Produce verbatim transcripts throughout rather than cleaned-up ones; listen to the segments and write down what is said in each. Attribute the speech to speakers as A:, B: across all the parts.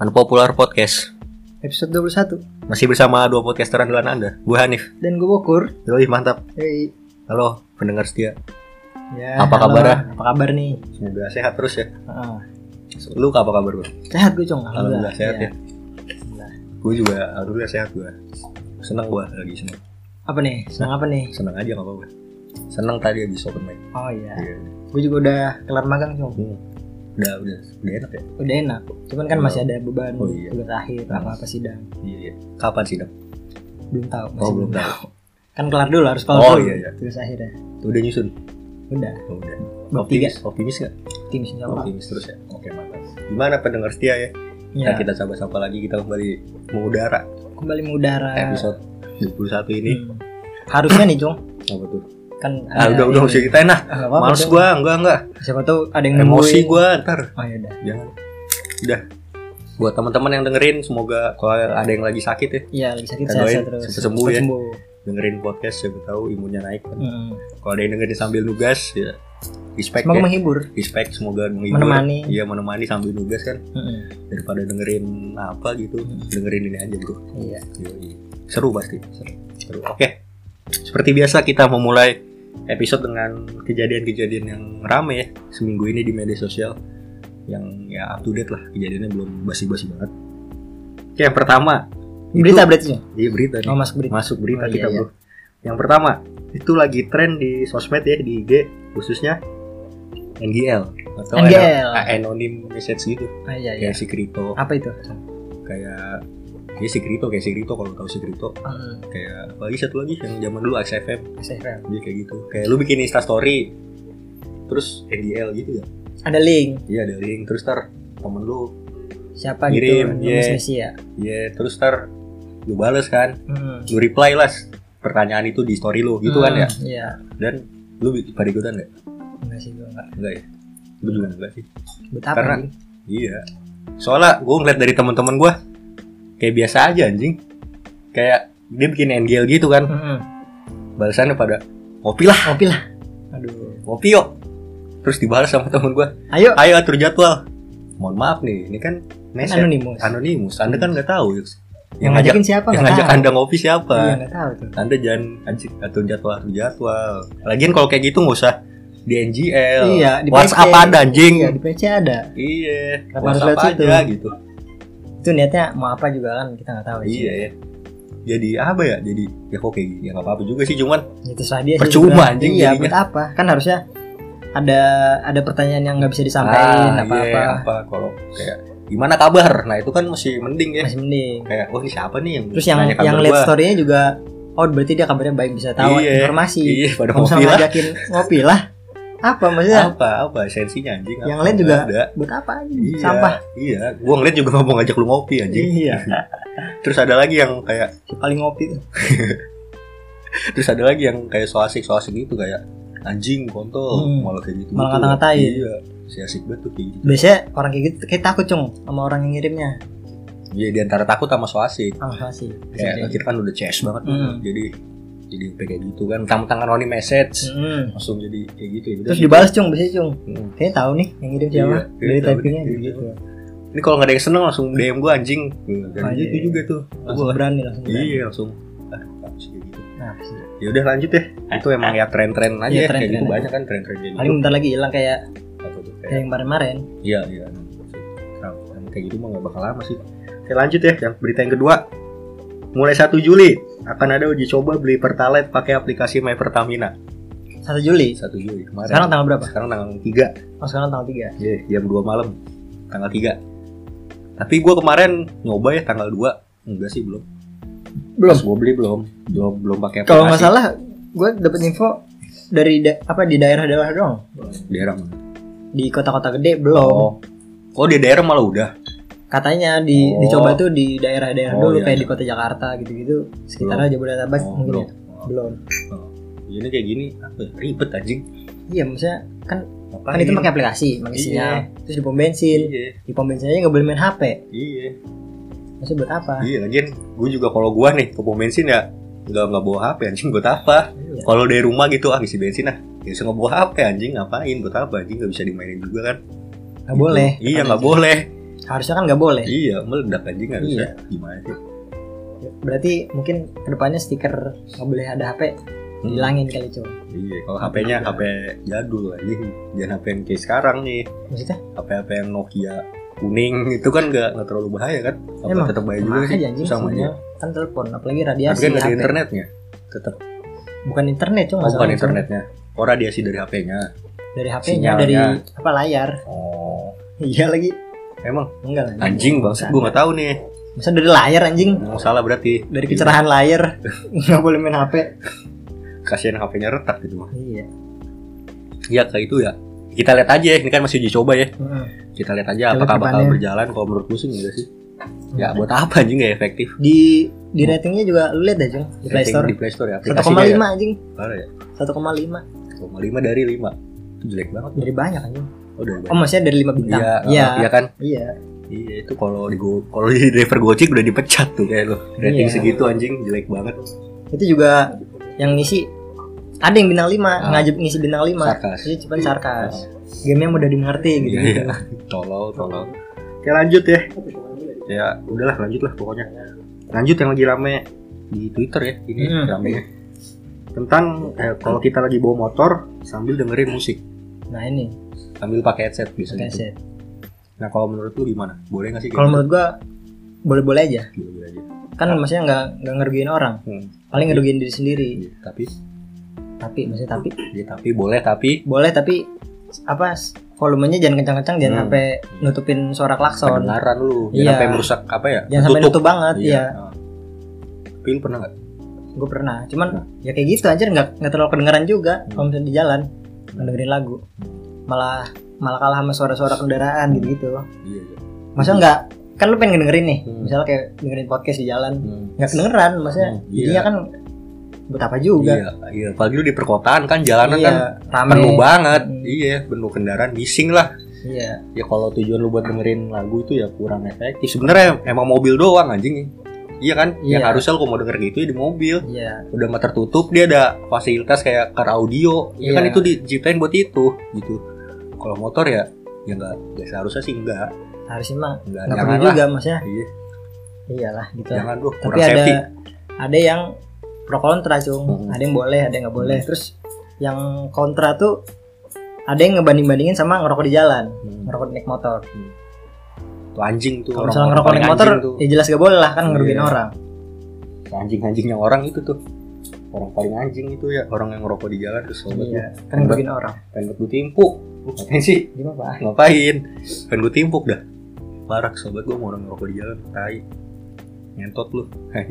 A: Unpopular Podcast
B: Episode dua puluh satu.
A: masih bersama dua podcaster andalan Anda. Gue Hanif
B: Dan gue Bokur.
A: Yoi, mantap.
B: Hey.
A: Halo pendengar setia.
B: Ya,
A: Apa
B: halo,
A: kabar?
B: Apa kabar nih?
A: Semoga sehat terus ya.
B: Uh,
A: Lu apa kabar bro?
B: Sehat gue Cong.
A: Alhamdulillah sehat ya,
B: ya. Alhamdulillah.
A: Gue juga alhamdulillah sehat gue. Seneng gue lagi seneng.
B: Apa nih? Senang apa nih?
A: Seneng aja gak apa-apa. Seneng tadi habis open mic.
B: Oh iya
A: Iya.
B: Gue juga udah kelar magang Cong.
A: Hmm. Udah, udah, udah enak ya?
B: Udah enak. Cuman kan
A: Oh.
B: masih ada beban
A: Oh, iya.
B: tugas akhir apa-apa sidang.
A: Iya, iya. Kapan sih dong?
B: Belum tahu.
A: Oh belum tahu.
B: Kan kelar dulu harus kelar
A: Oh,
B: dulu.
A: iya, iya.
B: Tugas akhirnya.
A: Udah nyusun?
B: Udah.
A: Oh, udah.
B: Bab tiga.
A: Optimis, optimis gak?
B: Tim insya Allah.
A: Optimis terus ya? Oke mantap. Gimana pendengar setia ya?
B: Ya.
A: Nah, kita sapa-sapa lagi, kita kembali mengudara
B: Kembali mengudara.
A: episode dua puluh satu ini.
B: Hmm. Harusnya nih Cong.
A: Apa tuh?
B: Kan
A: Ah,
B: ada
A: udah udah
B: ini.
A: usah ceritain nah.
B: Ah, nggak apa-apa,
A: Males
B: Cong.
A: gua, enggak enggak.
B: Siapa tahu ada yang
A: Emosi
B: nungguin.
A: gua ntar.
B: Oh ya udah.
A: Jangan. Udah. Buat teman-teman yang dengerin, semoga kalau ada yang lagi sakit ya,
B: Iya lagi sakit
A: Kita
B: sehat
A: doain
B: terus.
A: cepet sembuh ya.
B: sembuh.
A: dengerin podcast siapa tahu imunnya naik kan.
B: Hmm.
A: Kalau ada yang dengerin sambil nugas ya respect
B: Semoga
A: ya.
B: menghibur.
A: Respect, semoga menghibur.
B: Menemani.
A: Iya, menemani sambil nugas kan.
B: Mm-mm.
A: Daripada dengerin apa gitu, dengerin ini aja, Bro.
B: Iya.
A: Yoi. Seru pasti. Seru. Seru. Oke. Seperti biasa kita memulai episode dengan kejadian-kejadian yang rame ya seminggu ini di media sosial, yang ya up to date lah, kejadiannya belum basi-basi banget. Oke, yang pertama
B: Berita berarti Cong?
A: iya berita nih.
B: Oh masuk berita.
A: Masuk berita
B: Oh,
A: kita
B: iya,
A: bro. Yang pertama itu lagi tren di sosmed ya, di I G khususnya N G L atau
B: N G L.
A: ano- anonym message gitu,
B: Ah, iya iya.
A: kayak si Krito,
B: Apa itu?
A: kayak kayak si Krito, kayak si Krito kalau tahu si Krito,
B: Hmm.
A: kayak apa lagi satu lagi yang zaman dulu X F M,
B: S F M.
A: dia kayak gitu, kayak lu bikin Insta story terus N G L gitu ya,
B: Ada link.
A: iya ada link, terus tar temen lu
B: Siapa
A: Kirim,
B: gitu?
A: iya.
B: Nulis Messi ya.
A: ya terus tar lu bales kan,
B: Hmm.
A: lu reply lah pertanyaan itu di story lu gitu kan ya,
B: Hmm, Iya.
A: dan lu pada ikutan nggak?
B: Enggak sih gue enggak.
A: Enggak ya? Gue juga enggak sih.
B: Buat apa
A: Karena-
B: anjing?
A: Iya. Soalnya gue ngeliat dari teman-teman gue kayak biasa aja anjing. Kayak dia bikin N G L gitu kan.
B: Hmm.
A: Balasannya pada ngopi lah,
B: Kopi lah. Aduh.
A: ngopi yuk. Terus dibalas sama temen gue,
B: Ayo.
A: ayo atur jadwal. Mohon maaf nih, ini kan message
B: Anonymous.
A: anonimus. Anda kan nggak tahu Yus.
B: Yang ngajakin siapa?
A: yang
B: Nggak
A: ngajak
B: tahu.
A: Anda ngopi siapa?
B: Iya enggak tahu tuh.
A: Anda jangan anjing atur jadwal atur jadwal. Lagian kalau kayak gitu nggak usah di N G L.
B: Iya, di
A: WhatsApp
B: P C.
A: ada anjing.
B: Iya, di P C ada.
A: Iya,
B: Kenapa harus
A: WhatsApp
B: lewat situ?
A: aja gitu.
B: Itu niatnya mau apa juga kan kita enggak tahu sih.
A: Iya ya. Jadi apa ya? Jadi ya kok kayak ya nggak apa-apa juga sih, cuman
B: Ya, terserah dia sih
A: percuma
B: sebenarnya.
A: anjing
B: Iya,
A: jadinya.
B: buat apa? Kan harusnya ada ada pertanyaan yang nggak bisa disampaikan
A: ah,
B: apa-apa.
A: iya, apa kalau kayak gimana kabar? Nah itu kan masih mending ya.
B: Masih mending.
A: Kayak oh ini siapa nih yang
B: Terus yang
A: nanya kabar
B: yang lihat
A: gua?
B: story-nya juga, oh berarti dia kabarnya baik, bisa tahu
A: Iya,
B: informasi.
A: Iya, pada
B: Nggak usah
A: ngopi lah.
B: ngajakin ngopi lah. Apa maksudnya?
A: Apa apa esensinya anjing?
B: Yang
A: apa?
B: lain juga
A: Nggak ada.
B: buat apa anjing?
A: Iya,
B: Sampah.
A: Iya, gua ngeliat juga nggak mau ngajak lu ngopi anjing.
B: Iya.
A: Terus ada lagi yang kayak
B: Si paling ngopi tuh.
A: terus ada lagi yang kayak so asik so asik gitu kayak anjing kontol
B: Hmm.
A: malah kayak gitu.
B: Malah ngata-ngatain.
A: Iya, si asik banget tuh kayak gitu.
B: Biasanya orang kayak gitu kayak takut Cung sama orang yang ngirimnya.
A: Iya, di antara takut sama so asik.
B: Ah, sih.
A: Kayak kita kan udah C S banget tuh.
B: Hmm.
A: Jadi jadi kayak gitu kan, tangan anonim message
B: Hmm.
A: langsung jadi kayak gitu ya.
B: Terus dibalas Cung, biasanya Cung.
A: Hmm.
B: Kayaknya tahu nih yang ngirim siapa.
A: Iya,
B: Dari
A: kayaknya tahu
B: typingnya
A: nih,
B: gitu.
A: gitu. Ini kalau nggak ada yang seneng langsung D M gue anjing. Dan
B: Oh,
A: gitu
B: iya.
A: juga tuh.
B: Langsung
A: Gua-
B: berani langsung berani.
A: Iya langsung. Ah, apa sih kayak gitu.
B: Nah, sih.
A: Ya udah lanjut ya. Itu emang ya tren-tren aja
B: Iya,
A: ya. Kayak
B: tren-tren
A: gitu
B: aja.
A: banyak kan tren-tren kayak
B: Paling
A: gitu.
B: bentar lagi hilang kayak
A: Apa tuh,
B: kayak
A: kayak-
B: yang kemarin-kemarin.
A: Iya iya. Nah, yang kayak gitu mah nggak bakal lama sih. Oke lanjut ya. Yang berita yang kedua. Mulai satu Juli akan ada uji coba beli Pertalite pakai aplikasi My Pertamina.
B: satu Juli.
A: satu Juli kemarin.
B: Sekarang tanggal berapa?
A: Sekarang tanggal tiga.
B: Oh, sekarang tanggal tiga.
A: Iya, jam dua malam. Tanggal tiga. Tapi gue kemarin nyoba ya tanggal dua. Enggak sih belum.
B: Belum.
A: Pas gue beli belum. Belum belum pakai aplikasi.
B: Kalau nggak salah, gue dapet info dari da- apa di daerah-daerah doang.
A: Daerah mana?
B: Di kota-kota gede belum.
A: Oh. Oh di daerah malah udah.
B: Katanya di
A: Oh.
B: dicoba tuh di daerah-daerah
A: Oh,
B: dulu
A: iya,
B: kayak
A: iya.
B: di kota Jakarta gitu-gitu. Sekitar
A: Belum.
B: aja Jabodetabek
A: Oh,
B: mungkin
A: belum.
B: ya. Belum.
A: Oh. Ini kayak gini apa ya? Ribet anjing.
B: Iya, maksudnya kan
A: Ngapain?
B: kan itu pakai aplikasi, pakai
A: Iya.
B: sinyal. Terus di pom bensin.
A: Iya.
B: Di pom bensin aja nggak boleh main H P.
A: Iya.
B: Maksudnya buat apa?
A: Iya, lagian gue juga kalau gue nih ke pom bensin ya nggak nggak bawa H P anjing, buat apa?
B: Iya.
A: Kalau dari rumah gitu ah ngisi bensin ah, ya bisa nggak bawa H P anjing, ngapain? Buat apa anjing, nggak bisa dimainin juga kan?
B: Nggak
A: Gitu.
B: boleh.
A: Iya
B: Katanya
A: nggak
B: sih.
A: boleh.
B: Harusnya kan nggak boleh.
A: Iya, meledak anjing harusnya.
B: Iya.
A: Gimana sih?
B: Berarti mungkin kedepannya stiker nggak boleh ada H P
A: Hmm.
B: hilangin kali coba.
A: Iya, kalau H P-nya H P jadul anjing. Jangan H P yang kayak sekarang nih.
B: Maksudnya?
A: H P-H P yang Nokia kuning itu kan nggak nggak terlalu bahaya kan? Apa
B: Emang,
A: tetap bahaya juga
B: sama
A: sih?
B: aja, anjing,
A: Sama aja.
B: semua kan telepon, apalagi
A: Tapi
B: radiasi
A: kan nggak
B: H
A: ada
B: P.
A: internetnya. Tetap.
B: Bukan internet cuma
A: Oh, bukan internetnya. Oh, radiasi dari H P-nya.
B: dari H P-nya,
A: Sinyalnya.
B: dari apa layar.
A: Oh,
B: Iya lagi.
A: emang
B: Enggak lah.
A: anjing bangsat gue nggak tahu nih.
B: Masa dari layar anjing?
A: Mau salah berarti.
B: Dari kecerahan layar nggak boleh main H P.
A: Kasihan H P-nya retak gitu mah.
B: Iya.
A: Iya kayak itu ya. Kita lihat aja ya. Ini kan masih uji coba ya.
B: Heeh.
A: Kita lihat aja
B: Kita
A: apakah
B: lihat
A: bakal
B: depannya.
A: berjalan. Kalau menurut gue sih enggak sih. Ya buat apa anjing nggak efektif.
B: Di di ratingnya juga lu lihat aja di Play
A: Rating
B: Store.
A: Di Play Store ya.
B: satu
A: Aplikasinya
B: koma
A: ya.
B: lima anjing.
A: Parah ya.
B: satu koma lima
A: satu koma lima dari lima. Itu jelek banget.
B: dari banyak anjing.
A: Oh, dari
B: Oh,
A: banyak.
B: maksudnya dari lima bintang.
A: Iya,
B: Iya.
A: iya kan?
B: Iya.
A: Iya itu kalau di Go- kalau di driver Gojek udah dipecat tuh kayak lo. Rating
B: Iya.
A: segitu anjing jelek banget.
B: Itu juga yang ngisi ada yang bintang lima,
A: Ah.
B: ngajib ngisi bintang lima.
A: Sarkas.
B: Jadi cuma sarkas. Game-nya mudah dimengerti gitu.
A: Iya. Tolol, tolol. Oke lanjut ya. Ya udahlah lanjut lah pokoknya. Lanjut yang lagi rame di Twitter ya ini
B: Hmm.
A: ramenya. Tentang eh, kalau kita lagi bawa motor sambil dengerin musik,
B: Nah, ini
A: sambil pakai headset biasanya.
B: pakai
A: tuh.
B: headset.
A: Nah kalau menurut lu gimana? Boleh nggak sih?
B: Kalau menurut gua boleh-boleh aja.
A: Boleh aja.
B: Kan maksudnya nggak nggak ngerugiin orang.
A: Hmm.
B: Paling ngerugiin diri sendiri.
A: Iya, tapi,
B: Tapi maksudnya tapi
A: ya, tapi boleh tapi
B: boleh tapi apa volumenya jangan kencang-kencang, jangan
A: Hmm.
B: sampai nutupin suara klakson.
A: kedengaran lu,
B: Iya.
A: jangan sampai merusak apa ya?
B: Jangan sampai
A: Tutup.
B: nutup banget, iya.
A: Nah. Tapi lu pernah nggak?
B: Gue pernah. Cuman
A: Nah.
B: ya kayak gitu anjir, nggak nggak terlalu kedengeran juga
A: Hmm.
B: kalau misalnya di jalan dengerin lagu. Malah malah kalah sama suara-suara kendaraan gitu-gitu.
A: Iya. iya.
B: Masa nggak, kan lu pengen dengerin nih,
A: Hmm.
B: misalnya kayak dengerin podcast di jalan,
A: Hmm.
B: nggak kedengeran, maksudnya
A: Hmm,
B: jadinya
A: iya.
B: kan buat apa juga?
A: Iya, iya. Apalagi lu di perkotaan kan jalanan
B: Iya,
A: kan
B: rame
A: penuh banget.
B: Hmm.
A: Iya, penuh kendaraan, bising lah.
B: Iya,
A: Ya kalau tujuan lu buat dengerin lagu itu ya kurang efektif. Sebenarnya emang mobil doang anjing. Iya kan?
B: Iya.
A: Yang harusnya lu mau denger gitu ya di mobil.
B: iya,
A: Udah mah tertutup, dia ada fasilitas kayak car audio. Ya
B: Iya.
A: kan itu diciptain buat itu gitu. Kalau motor ya ya enggak, ya seharusnya sih enggak.
B: harusnya mah
A: Enggak,
B: nggak
A: jangan
B: perlu
A: lah.
B: juga, maksudnya
A: Iya,
B: iyalah gitu.
A: jangan lu
B: Tapi
A: kurang
B: ada
A: safety.
B: ada yang pro kontra cung,
A: Hmm.
B: ada yang boleh, ada yang nggak boleh. Terus yang kontra tuh ada yang ngebanding-bandingin sama ngerokok di jalan,
A: Hmm.
B: ngerokok naik motor.
A: Tuh anjing tuh.
B: Kalau
A: orang-
B: misalnya ngerokok
A: paling
B: naik motor,
A: anjing tuh.
B: ya jelas gak boleh lah, kan ngerugiin
A: Iya.
B: orang.
A: Anjing-anjingnya orang itu tuh. Orang paling anjing itu ya, orang yang ngerokok di jalan terus sobat
B: Iya,
A: gua,
B: kan ngerugiin orang.
A: pengen gue timpuk. Lu ngapain sih?
B: Gimana pak?
A: Ngapain? Pengen gue timpuk dah. Parah sobat gue mau orang ngerokok di jalan, tai. Ngentot lu.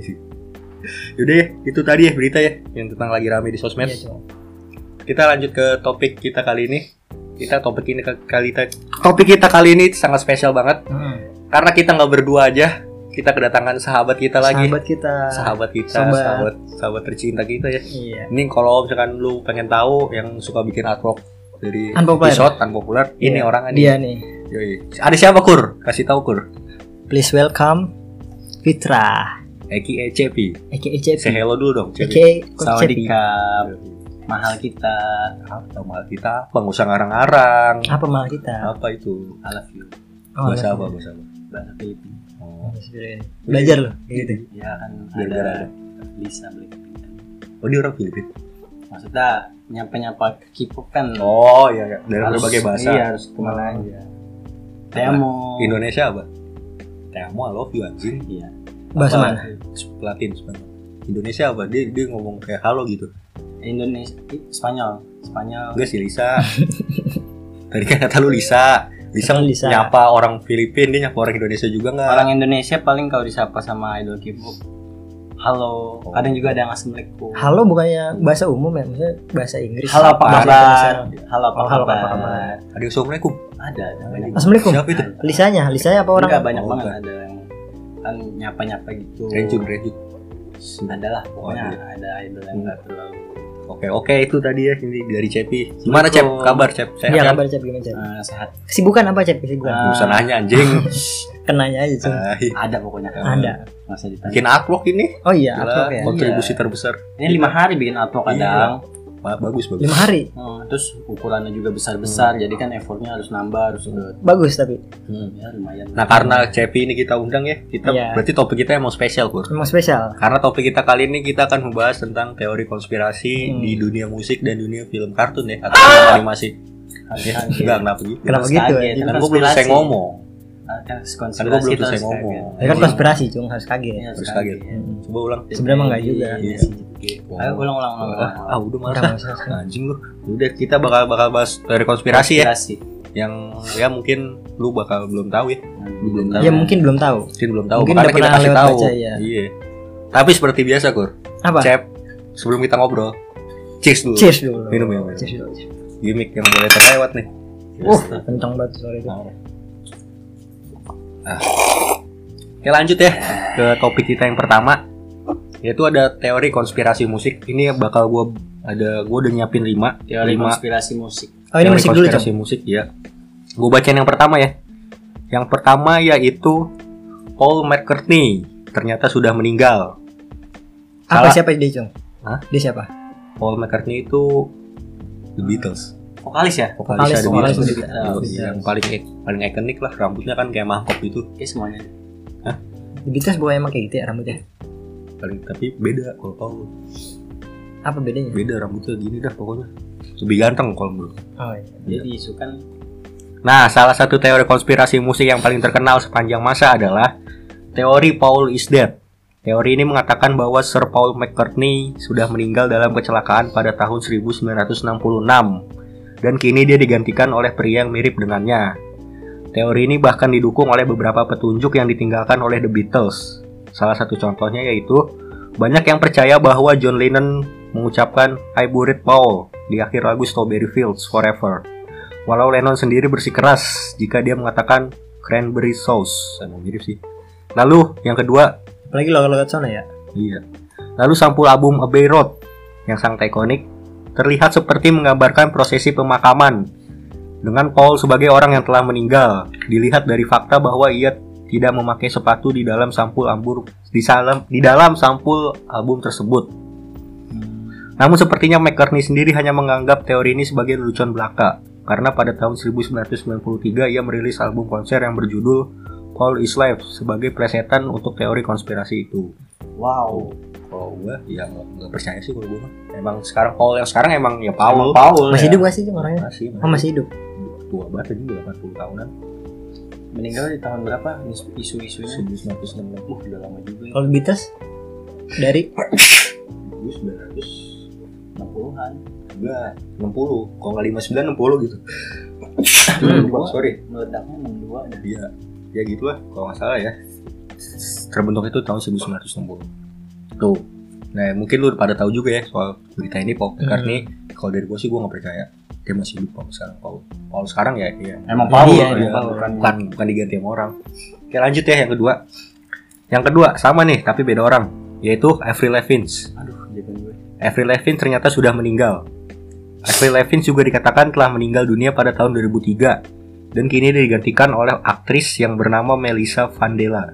A: Yaudah ya, itu tadi ya berita ya yang tentang lagi rame di sosmed.
B: Iya, Cung.
A: Kita lanjut ke topik kita kali ini. Kita topik ini ke- kali kita topik kita kali ini sangat spesial banget
B: Hmm.
A: karena kita nggak berdua aja. Kita kedatangan sahabat kita lagi.
B: Sahabat kita.
A: Sahabat kita,
B: Sobat.
A: sahabat sahabat tercinta kita ya.
B: Iya.
A: Ini kalau misalkan lu pengen tahu yang suka bikin artwork dari
B: Unpopular.
A: episode unpopular, ini
B: Iya.
A: orangnya
B: Dia
A: nih.
B: nih.
A: Yoi. Ada siapa Kur? Kasih tahu Kur.
B: Please welcome Fitra,
A: Eki E C P.
B: aka Cepi,
A: Say hello dulu dong, Cepi.
B: aka Coach Cepi.
C: Sawadikap, mahal kita,
A: Apa mahal kita? Apa nggak usah ngarang-ngarang?
B: Apa mal kita?
A: Apa itu?
C: I love you,
B: Oh,
A: Bahasa
B: ada.
A: apa? Bahasa apa?
C: bahasa Filipina.
A: Oh.
B: Belajar loh, kayak gitu.
C: Ya kan
A: Biar-biar
C: ada
A: ada.
C: Lisa Blackpink.
A: Oh dia orang Filipina.
C: Maksudnya nyampe-nyampe ke K-pop kan
A: Oh iya, iya. Dari
C: harus-
A: berbagai bahasa.
C: Iya harus kemana aja. Temo.
A: Indonesia apa? Temo, I love you anjing.
C: Iya.
B: Bahasa
A: Apa?
B: mana?
A: Latin, Spanyol. Indonesia apa? Dia dia ngomong kayak halo gitu.
C: Indonesia, Ih, Spanyol, Spanyol.
A: Enggak sih Lisa. Tadi kan kata lu Lisa. Lisa,
B: Kan Lisa.
A: nyapa orang Filipina, dia nyapa orang Indonesia juga nggak?
C: Orang Indonesia paling kalau disapa sama idol K-pop, halo.
A: Oh.
C: Kadang juga ada yang assalamualaikum.
B: Halo bukannya bahasa umum ya, maksudnya bahasa Inggris.
C: Halo apa
B: Bahasa
C: kabar?
B: internasional.
C: Halo apa
B: Oh, halo,
C: kabar?
B: apa kabar?
A: Ada assalamualaikum.
C: Ada, ada banyak.
B: Assalamualaikum.
A: Siapa itu?
B: Lisanya, Lisanya apa orang?
C: Enggak banyak
A: Oh,
C: banget
A: bukan.
C: ada yang kan nyapa-nyapa gitu.
A: Renjun, Renjun.
C: Ada lah pokoknya
A: Oh, iya.
C: ada idol yang
A: Hmm.
C: enggak terlalu
A: Oke, oke itu tadi ya ini dari Cepi. Gimana Cep? Kabar Cep? Sehat
B: Iya,
A: kan?
B: kabar Cep, gimana Cep?
C: eh, sehat.
B: Kesibukan apa Cep? Kesibukan.
C: Ah.
A: Nggak usah nanya anjing.
B: Kenanya aja Cep.
A: Tai.
C: Ada pokoknya.
B: Ada.
C: Nggak usah ditanya.
A: Bikin artwork ini.
B: Oh iya,
A: Gila,
B: artwork ya.
A: kontribusi terbesar.
C: Ini lima hari bikin artwork kadang.
A: Ba- bagus bagus.
B: lima hari.
C: Oh, terus ukurannya juga besar-besar, jadi kan effortnya harus nambah, harus udah
B: Bagus tapi
A: Hmm.
C: ya lumayan.
A: Nah karena C P ini kita undang ya, kita
B: Iya.
A: berarti topik kita emang spesial Kur.
B: memang spesial.
A: Karena topik kita kali ini kita akan membahas tentang teori konspirasi
B: Hmm.
A: di dunia musik dan dunia film kartun ya atau film animasi. Ya, enggak kenapa gitu.
B: Kenapa
C: Terus
B: gitu
C: kaget,
B: ya?
A: Kan gue belum selesai ngomong.
C: Ah, kan
A: Kan
C: konspirasi
A: gue belum
C: terus
A: selesai
C: kaget.
A: ngomong.
B: Ya kan konspirasi cung harus kaget.
C: Iya,
A: Terus
C: harus
A: kaget.
B: Hmm.
A: Coba ulang.
B: Sebenarnya mah enggak juga.
C: Iya sih, gitu. Ayo ulang ulang ulang. ulang.
A: Ah, udah
B: Udah,
A: masa.
B: masa sekarang.
A: Anjing lu. Udah kita bakal bakal bahas teori konspirasi ya.
C: Konspirasi.
A: Yang ya mungkin lu bakal belum tahu ya. Lu belum tahu.
B: Ya mungkin belum tahu.
A: Mungkin belum tahu.
B: Mungkin
A: Makanya
B: udah
A: kita
B: pernah
A: kasih
B: lewat
A: tahu.
B: baca, iya.
A: Iya. Tapi seperti biasa Kur.
B: Apa?
A: Cep, sebelum kita ngobrol, cheers dulu.
B: Cheers dulu.
A: Minum ya, minum.
B: Cheers dulu.
A: Gimik yang boleh terlewat nih.
B: Uh, kencang banget suara itu.
A: Oke lanjut ya ke topik kita yang pertama, yaitu ada teori konspirasi musik. Ini bakal gue ada gue udah nyiapin lima
C: Teori
A: lima
C: konspirasi musik.
B: Oh ini
A: teori
B: musik dulu
A: konspirasi
B: cung.
A: musik ya. Gue bacain yang pertama ya. Yang pertama yaitu Paul McCartney ternyata sudah meninggal.
B: Apa
A: Salah.
B: siapa dia cung?
A: Hah?
B: Dia siapa?
A: Paul McCartney itu The Beatles.
C: Vokalis ya?
A: Vokalisnya The
B: Vokalis,
A: Beatles.
B: vokalis The
A: Iya,
C: Beatles.
A: yang paling paling ikonik lah, rambutnya kan kayak mangkok gitu.
C: Oke semuanya.
B: The Beatles bukan emang kayak gitu ya rambutnya?
A: Paling tapi beda kalau Paul.
B: Apa bedanya?
A: Beda rambutnya gini dah pokoknya. Lebih ganteng kalau menurut.
B: Oh iya.
C: Jadi isu kan
A: Nah, salah satu teori konspirasi musik yang paling terkenal sepanjang masa adalah teori Paul is dead. Teori ini mengatakan bahwa Sir Paul McCartney sudah meninggal dalam kecelakaan pada tahun seribu sembilan ratus enam puluh enam dan kini dia digantikan oleh pria yang mirip dengannya. Teori ini bahkan didukung oleh beberapa petunjuk yang ditinggalkan oleh The Beatles. Salah satu contohnya yaitu banyak yang percaya bahwa John Lennon mengucapkan I buried Paul di akhir lagu Strawberry Fields Forever. Walau Lennon sendiri bersikeras jika dia mengatakan cranberry sauce. Emang mirip sih. Lalu yang kedua,
B: Apalagi logat-logat sana ya.
A: iya. Lalu sampul album Abbey Road yang sangat ikonik terlihat seperti menggambarkan prosesi pemakaman dengan Paul sebagai orang yang telah meninggal. Dilihat dari fakta bahwa ia tidak memakai sepatu di dalam sampul album di dalam di dalam sampul album tersebut. Namun sepertinya McCartney sendiri hanya menganggap teori ini sebagai lelucon belaka karena pada tahun seribu sembilan ratus sembilan puluh tiga ia merilis album konser yang berjudul Paul is Live sebagai plesetan untuk teori konspirasi itu.
C: wow.
A: Kalau gue ya nggak nggak percaya sih kalau gue mah. Emang sekarang Paul yang sekarang emang ya Paul.
C: Emang Paul
B: Masih
C: ya.
B: hidup gak sih cung orangnya?
A: Masih,
B: Oh masih hidup.
A: tua banget juga delapan puluh tahunan.
C: Meninggal di tahun berapa? Isu-isunya.
A: seribu sembilan ratus enam puluh.
C: Uh, udah lama juga ya.
B: Kalau The Beatles dari
A: seribu sembilan ratus
C: enam puluhan.
A: enggak enam puluh. Kalau nggak lima puluh sembilan enam puluh gitu.
C: Hmm.
A: Lupa, sorry.
C: Meledaknya enam puluh dua dan
A: Iya. Ya gitulah kalau nggak salah ya. Terbentuk itu tahun seribu sembilan ratus enam puluh. Tuh. Nah, mungkin lu pada tahu juga ya soal berita ini Paul McCartney. Kalau dari gue sih gue nggak percaya. Dia masih hidup Paul sekarang. Paul. Paul sekarang ya, iya.
C: emang
B: Iya,
C: Paul
B: iya,
C: ya,
B: iya.
C: bukan
A: bukan bukan diganti sama orang. Oke lanjut ya yang kedua. Yang kedua sama nih tapi beda orang, yaitu Avril Lavigne.
C: Aduh, jawaban gue.
A: Avril Lavigne ternyata sudah meninggal. Avril Lavigne juga dikatakan telah meninggal dunia pada tahun dua ribu tiga dan kini digantikan oleh aktris yang bernama Melissa Vandella.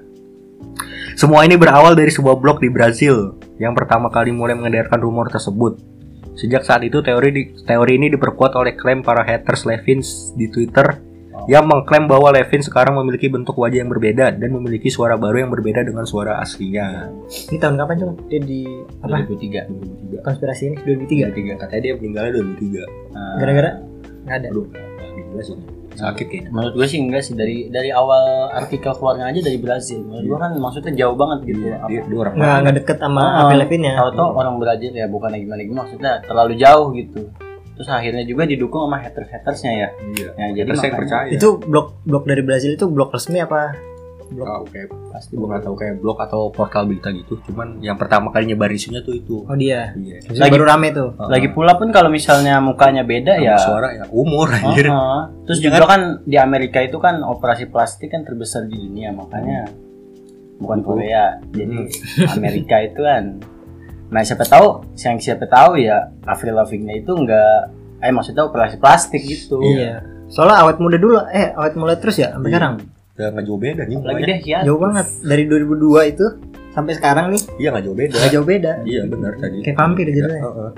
A: Semua ini berawal dari sebuah blog di Brazil yang pertama kali mulai mengedarkan rumor tersebut. Sejak saat itu teori di, teori ini diperkuat oleh klaim para haters Lavigne di Twitter yang mengklaim bahwa Lavigne sekarang memiliki bentuk wajah yang berbeda dan memiliki suara baru yang berbeda dengan suara aslinya.
B: ini tahun kapan cung? Dia di
C: dua
B: apa?
C: ribu tiga.
A: dua ribu tiga.
B: Konspirasi ini dua ribu tiga.
A: Katanya dia meninggalnya dua ribu tiga.
C: Nah,
B: Gara-gara nggak ada.
A: Aduh, nggak jelas ini. Sakit kayaknya.
C: menurut gue sih enggak sih, dari dari awal artikel keluarnya aja dari Brazil. Menurut gue kan maksudnya jauh banget gitu.
A: Dia, dia, dia orang
B: Nggak
A: mana?
B: nggak deket sama
C: Ah,
B: Avril Lavigne ya.
C: Tahu-tahu orang Brazil ya, bukan gimana gimana, maksudnya terlalu jauh gitu. Terus akhirnya juga didukung sama haters-hatersnya ya.
A: Iya.
C: Ya, jadi
A: Terus saya
C: makanya-
A: percaya.
B: Itu blog blog dari Brazil itu blog resmi apa? Blog.
A: Tahu kayak pasti gue nggak tahu kayak blog atau portal berita gitu. Cuman yang pertama kali nyebar isunya tuh itu.
B: Oh dia.
A: Iya.
B: Lagi
C: Lagi-
B: baru rame tuh.
C: Lagi pula pun kalau misalnya mukanya beda ya.
A: suara ya umur anjir.
C: Uh-huh. Terus
A: Iya
C: juga kan di Amerika itu kan operasi plastik kan terbesar di dunia, makanya bukan Korea. Jadi Amerika itu kan. Nah siapa tahu, yang siapa tahu ya Avril Lavigne itu enggak, eh maksudnya operasi plastik gitu.
B: Iya. Soalnya awet muda dulu, eh awet muda terus ya sampai
A: Iya.
B: sekarang.
A: Ya nggak jauh beda nih.
C: Lagi
A: mukanya.
C: deh ya.
B: Jauh banget dari dua ribu dua itu sampai sekarang nih
A: Iya nggak jauh beda.
B: nggak jauh beda.
A: Iya benar tadi.
B: Kayak vampir gitu ya.
A: Heeh.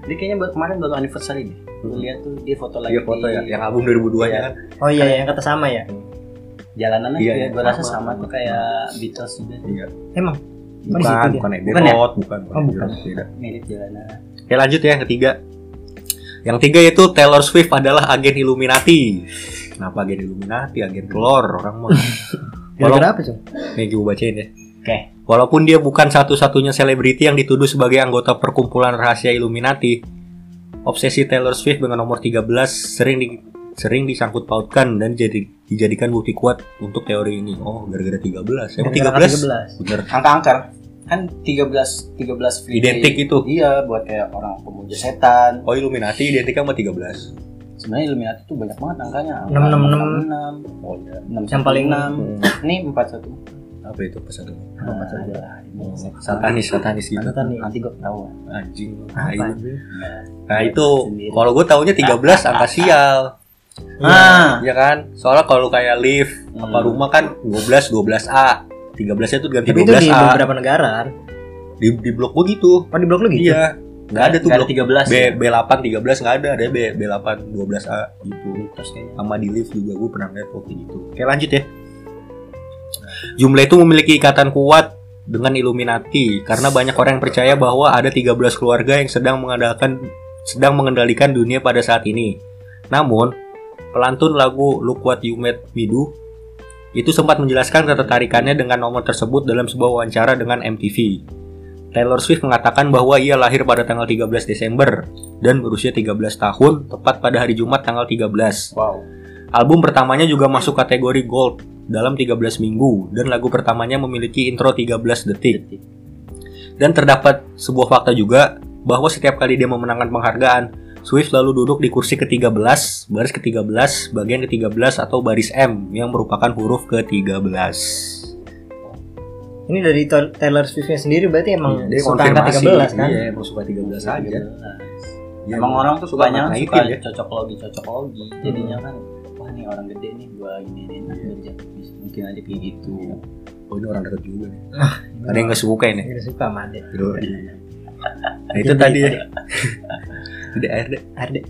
C: Dia kayaknya baru kemarin baru anniversary deh. Gue lihat tuh dia foto lagi.
A: Dia foto ya, yang album dua ribu dua nya kan.
B: Oh iya, yang kata sama ya.
C: Jalanannya
A: Iya,
C: ya,
A: iya,
C: gue rasa
A: sama,
C: sama,
A: sama.
C: tuh kayak Beatles juga.
A: Iya.
B: Emang
A: Bukan,
B: di situ dia?
A: bukan Abbey
C: Bukan ya?
A: Road, bukan.
B: Oh, bukan.
A: Beda.
C: Mirip jalanan.
A: Oke, lanjut ya yang ketiga. Yang tiga yaitu Taylor Swift adalah agen Illuminati. Kenapa agen Illuminati? Agen telur orang mah.
B: Gara-gara apa, Cong?
A: Nih gue bacain ya.
C: Oke.
A: Walaupun dia bukan satu-satunya selebriti yang dituduh sebagai anggota perkumpulan rahasia Illuminati, obsesi Taylor Swift dengan nomor tiga belas sering di, sering disangkut pautkan dan jadi dijadikan bukti kuat untuk teori ini. Oh, gara-gara tiga belas. Emang tiga
B: Gara-gara
A: belas?
B: tiga belas.
A: Bener.
C: Angka-angka kan tiga belas tiga belas free
A: Identik
C: day.
A: itu.
C: Iya, buat kayak orang pemuja setan.
A: Oh, Illuminati identik sama tiga belas.
C: Sebenarnya Illuminati tuh banyak banget angkanya.
B: enam enam enam.
C: enam.
A: Oh iya.
C: enam
B: Yang paling
C: enam.
A: Hmm.
C: Ini empat satu.
A: Apa itu pesan?
C: Nah, ini
A: Satanis, satanis gitu.
B: Satanis.
C: Nanti gue tahu.
A: Anjing. Nah,
B: Apa
A: itu.
B: anjing?
A: Nah, itu
C: Sendiri.
A: kalau gue taunya tiga belas angka sial.
C: Ah.
A: Ya kan? Soalnya kalau kayak lift
C: Hmm.
A: apa rumah kan dua belas dua belas A. tiga belas itu ganti
B: Tapi
A: dua
B: itu
A: belas
B: di
A: A.
B: beberapa negara kan.
A: Di, di blok gue gitu.
B: Oh, di blok lu gitu?
A: Iya. Enggak ada tuh
C: Nggak ada
A: blok
C: tiga belas.
A: B B delapan tiga belas enggak ada, ada B B delapan dua belas A gitu.
C: Terus kayaknya.
A: Sama di lift juga gue pernah lihat waktu gitu. Oke, lanjut ya. Jumlah itu memiliki ikatan kuat dengan Illuminati karena banyak orang yang percaya bahwa ada tiga belas keluarga yang sedang mengandalkan sedang mengendalikan dunia pada saat ini. Namun, pelantun lagu Look What You Made Me Do itu sempat menjelaskan ketertarikannya dengan nomor tersebut dalam sebuah wawancara dengan M T V. Taylor Swift mengatakan bahwa ia lahir pada tanggal tiga belas Desember dan berusia tiga belas tahun, tepat pada hari Jumat tanggal tiga belas.
C: Wow.
A: Album pertamanya juga masuk kategori Gold dalam tiga belas minggu dan lagu pertamanya memiliki intro tiga belas detik. Dan terdapat sebuah fakta juga bahwa setiap kali dia memenangkan penghargaan, Swift lalu duduk di kursi ke tiga belas, baris ke tiga belas, bagian ke tiga belas atau baris M yang merupakan huruf ke tiga belas.
B: Ini dari Taylor- Taylor Swift-nya sendiri berarti emang
A: Dia
B: suka angka tiga belas kan?
A: Iya, emang suka tiga belas aja.
C: Ya, emang orang tuh sukanya
A: naikin
C: suka
A: ya.
C: cocok logi cocok logi. Jadinya kan wah nih orang gede nih gua gini nih nah,
A: Iya.
C: bisa mungkin aja kayak gitu.
A: Oh, ini orang dekat juga nih. Ada yang nggak suka ini.
B: Nggak suka sama Ade.
A: Nah, itu tadi ya. Tidak air deh.
B: Ade.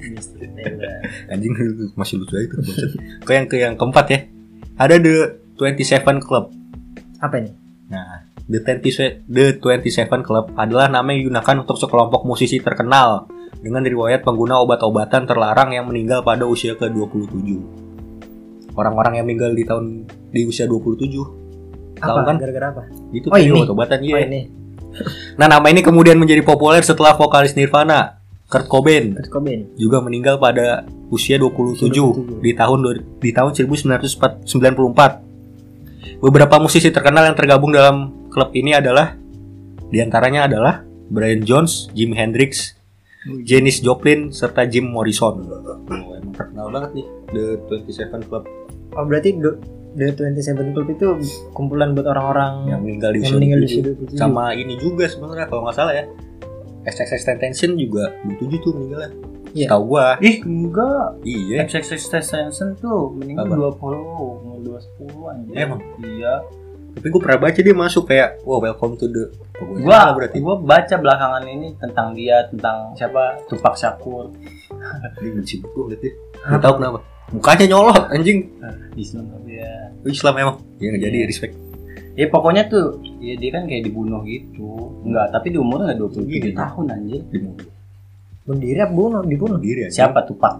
A: Anjing masih lucu aja tuh. bocet. Ke yang ke yang keempat ya. Ada The twenty-seven Club.
B: Apa ini?
A: Nah, The twenty-seven The twenty-seven Club adalah nama yang digunakan untuk sekelompok musisi terkenal dengan riwayat pengguna obat-obatan terlarang yang meninggal pada usia ke dua puluh tujuh. Orang-orang yang meninggal di tahun di usia dua puluh tujuh. Tahu
B: Apa?
A: kan?
B: Gara-gara apa?
A: Itu
B: Oh,
A: tadi
B: ini.
A: obat-obatan iya.
B: Oh ini.
A: Nah, nama ini kemudian menjadi populer setelah vokalis Nirvana, Kurt Cobain,
B: Kurt Cobain.
A: juga meninggal pada usia dua puluh tujuh di tahun di tahun seribu sembilan ratus sembilan puluh empat. Beberapa musisi terkenal yang tergabung dalam klub ini adalah diantaranya adalah Brian Jones, Jimi Hendrix, Janis Joplin, serta Jim Morrison. Oh, emang terkenal banget nih The twenty-seven Club
B: Oh berarti do- The twenty-seven Club itu kumpulan buat orang-orang
A: yang meninggal di
B: yang
A: usia
B: meninggal di
A: dua puluh tujuh.
B: usia dua puluh tujuh.
A: Sama ini juga sebenarnya kalau nggak salah ya, X X X Tentacion juga dua puluh tujuh tuh meninggalnya.
B: Iya.
A: Tahu gua.
C: Ih enggak.
A: Iya.
C: X X X Tentacion tuh meninggal
A: Apa?
C: dua puluh, umur dua puluh anjir.
A: Emang?
C: Iya.
A: Tapi gue pernah baca dia masuk kayak, wow, welcome to the. Oh, gua
C: Gua
A: salah berarti.
C: gua baca belakangan ini tentang dia, tentang siapa? Tupac Shakur.
A: Dia benci gue liat dia. Gak tau kenapa. Mukanya nyolot anjing.
C: Islam dia.
A: Oh, Islam emang. Iya nggak jadi
C: Iya.
A: respect.
C: Ya pokoknya tuh, ya dia kan kayak dibunuh gitu. Enggak, tapi di umurnya enggak dua puluh tujuh
A: Iya.
C: tahun anjir.
A: Dibunuh.
B: Bunuh diri apa bunuh? Dibunuh.
A: Diri aja.
C: Siapa Tupac?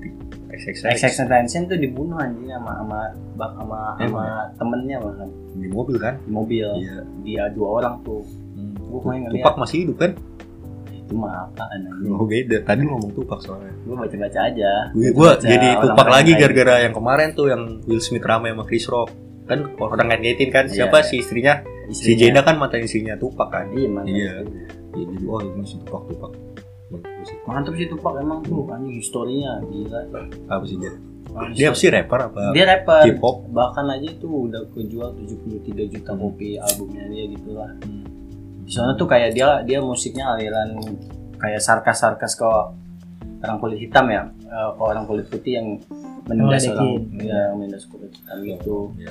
A: X X
C: X X Tentacion tuh dibunuh anjing sama sama bak sama sama temennya malah
A: Di mobil kan?
C: di mobil.
A: Iya.
C: Dia dua orang tuh.
A: Hmm.
C: Gua main ngeliat.
A: Tupak masih hidup kan?
C: Itu mah apaan anjing.
A: Oh beda. Tadi lu ngomong Tupak soalnya.
C: Gue baca-baca aja.
A: Gue
C: Baca
A: jadi
C: orang
A: Tupak
C: lain
A: lagi
C: kayak
A: gara-gara
C: gitu.
A: yang kemarin tuh yang Will Smith rame sama Chris Rock. Kan orang ngagetin kan
C: Iya,
A: siapa
C: iya.
A: si istrinya? Si
C: Istrinya.
A: Jada kan mantan istrinya Tupak kan.
C: Iya mana.
A: Iya. Ya, jadi oh ini si Tupak Tupak. Ya, terus sih.
C: Mantap sih Tupac emang tuh anjing historinya gila.
A: Apa sih dia?
C: Orang
A: Dia apa
C: histori-
A: sih rapper apa?
C: Dia rapper.
A: K-pop?
C: Bahkan aja itu udah kejual tujuh puluh tiga juta kopi albumnya dia gitu lah.
A: Hmm.
C: Di sana tuh kayak dia dia musiknya aliran kayak sarkas-sarkas ke orang kulit hitam ya, eh, ke orang kulit putih yang menindas
B: Ngeledekin.
C: orang, ya menindas kulit hitam gitu.
A: Iya.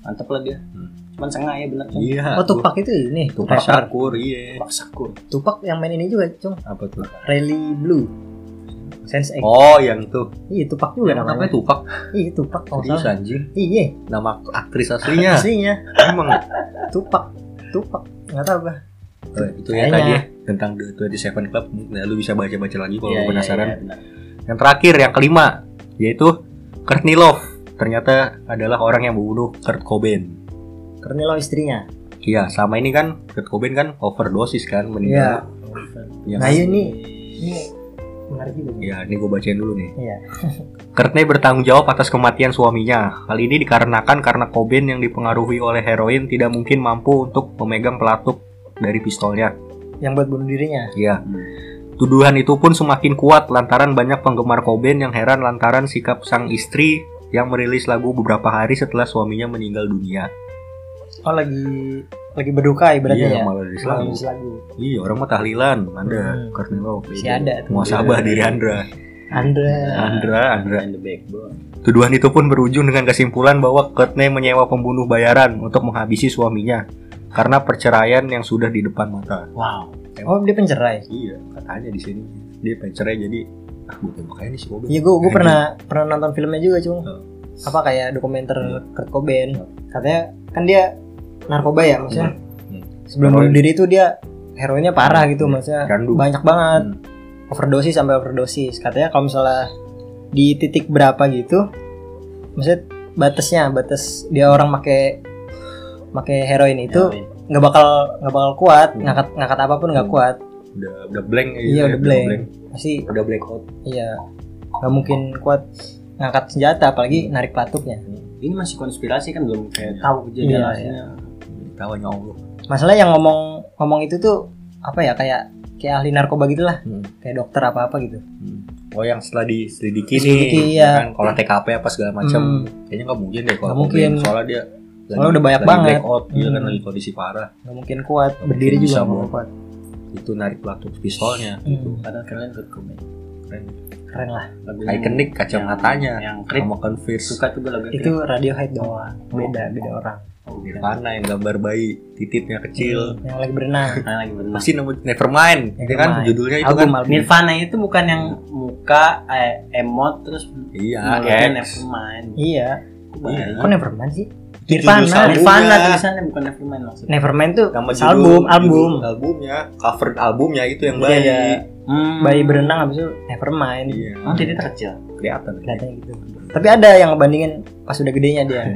C: Mantep lah dia.
A: Hmm.
C: Cuman sengah ya bener kan.
A: Iya.
B: Oh Tupac itu ini.
A: Tupac
B: rapper.
A: Shakur, iya.
C: Tupac Shakur.
B: Tupac yang main ini juga, Cung.
A: Apa tuh?
B: Rally Blue. Sense X.
A: Oh, yang itu.
B: Iya, Tupac juga
A: Yang
B: namanya.
A: namanya Tupac.
B: Iya, Tupac kalau
A: Serius
B: salah.
A: anjing.
B: Iya,
A: Nama aktris aslinya.
B: aslinya
A: Emang.
B: Tupac. Tupac. Enggak tahu gua.
A: Oh, itu ya
B: Kayaknya.
A: tadi ya tentang The dua puluh tujuh Club. Nah, lu bisa baca-baca lagi kalau
C: Iya,
A: lu
C: iya,
A: penasaran.
C: iya, benar.
A: Yang terakhir, yang kelima, yaitu Courtney Love. Ternyata adalah orang yang membunuh Kurt Cobain.
B: Karena lo istrinya.
A: Iya, sama ini kan Kurt Cobain kan overdosis kan meninggal. Iya.
B: Nah,
A: kan?
B: ini ini menarik juga.
A: Ya, ini gue bacain dulu nih.
B: Iya.
A: Courtney bertanggung jawab atas kematian suaminya. Hal ini dikarenakan karena Cobain yang dipengaruhi oleh heroin tidak mungkin mampu untuk memegang pelatuk dari pistolnya.
B: Yang buat bunuh dirinya.
A: Iya.
C: Hmm.
A: Tuduhan itu pun semakin kuat lantaran banyak penggemar Cobain yang heran lantaran sikap sang istri yang merilis lagu beberapa hari setelah suaminya meninggal dunia.
B: Oh, lagi lagi berduka ibaratnya
A: Iya,
B: ya.
A: malah rilis
B: Malah
A: lagu.
B: rilis lagu.
A: Iya, orang mah tahlilan. Ada
B: Hmm.
A: Courtney Love.
B: Si ada tuh.
A: Muasabah diri Andra.
B: Andra.
A: Andra, Andra.
C: And the backbone.
A: Tuduhan itu pun berujung dengan kesimpulan bahwa Courtney menyewa pembunuh bayaran untuk menghabisi suaminya karena perceraian yang sudah di depan mata.
C: Wow.
B: Oh, dia pencerai.
A: Iya, katanya di sini dia pencerai jadi ah gue tembak aja nih si Cobain.
B: Iya, gua gua pernah pernah nonton filmnya juga, Cung.
A: Oh.
B: Apa kayak dokumenter
A: Iya.
B: Kurt Cobain. Katanya kan dia narkoba ya, maksudnya.
A: Hmm.
B: Sebelum
A: Heroin.
B: bunuh diri itu dia heroinnya parah gitu, maksudnya.
A: Candu.
B: Banyak banget.
A: Hmm.
B: Overdosis sampai overdosis. Katanya kalau misalnya di titik berapa gitu, maksudnya batasnya, batas dia orang make make heroin itu
C: Heroin.
B: nggak bakal nggak bakal kuat,
A: Hmm.
B: ngangkat ngangkat apapun nggak
A: Hmm.
B: kuat.
A: Udah udah blank ya,
B: Iya, udah blank. Pasti
A: Udah blackout.
B: iya nggak mungkin kuat ngangkat senjata, apalagi narik pelatuknya.
C: Ini masih konspirasi kan belum kayak
A: Iya.
C: tahu kejadian
B: Iya,
C: aslinya.
A: Tawanya Allah.
B: Masalah yang ngomong ngomong itu tuh apa ya, kayak kayak ahli narkoba gitulah,
A: Hmm.
B: kayak dokter apa apa gitu.
A: Hmm. Oh, yang setelah diselidiki
B: Diselidiki,
A: nih,
B: iya.
A: kan kalau T K P apa segala macam,
B: Hmm.
A: kayaknya nggak mungkin deh kalau
B: Nggak mungkin.
A: Cobain. Soalnya dia
B: Soalnya udah banyak
A: lagi
B: banget.
A: blackout, dia kan
B: Hmm.
A: lagi kondisi parah.
B: Nggak mungkin kuat,
A: Nggak
B: berdiri
A: mungkin
B: juga
A: bisa
B: nggak
A: buat.
B: kuat.
A: Itu narik pelatuk pistolnya.
B: Hmm.
C: Padahal kalian Kurt Cobain.
A: Keren.
B: Keren lah.
C: Lagunya
A: Ikonik kacamatanya
C: yang, yang Creep
A: sama Converse.
C: suka tuh gue lagu
B: Itu Radiohead doang, beda beda orang.
A: Nirvana yang gambar bayi tititnya kecil.
B: Yang lagi berenang.
C: Nah, lagi berenang.
A: Pasti nama Nevermind, itu kan
B: Nevermind.
A: judulnya itu
B: Album,
A: kan.
B: album.
C: Nirvana itu bukan yang muka eh, emot terus
A: Iya,
C: mulutnya
A: X.
C: Nevermind.
B: Iya.
A: Iya.
B: Kok Nevermind sih?
A: Itu
B: Nirvana.
A: judul albumnya.
C: Nirvana tulisannya bukan Nevermind maksudnya.
B: Nevermind tuh
A: Nama
B: album, album.
A: judul albumnya, cover albumnya itu yang
B: Jadi
A: bayi.
B: ada
C: Hmm.
B: bayi berenang habis itu Nevermind.
A: Iya.
C: Oh, titik kecil.
A: Kelihatan.
B: Kelihatannya gitu. Tapi ada yang ngebandingin pas udah gedenya dia.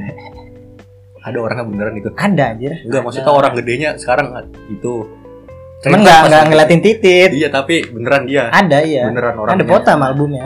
A: Ada orangnya beneran itu.
B: Ada anjir.
A: Enggak, maksudnya orang gedenya sekarang itu.
B: Cuman
A: Kayak
B: nggak
A: pas-
B: nggak ngeliatin titit.
A: Iya, tapi beneran dia.
B: Ada iya.
A: Beneran orangnya.
B: Ada foto sama albumnya.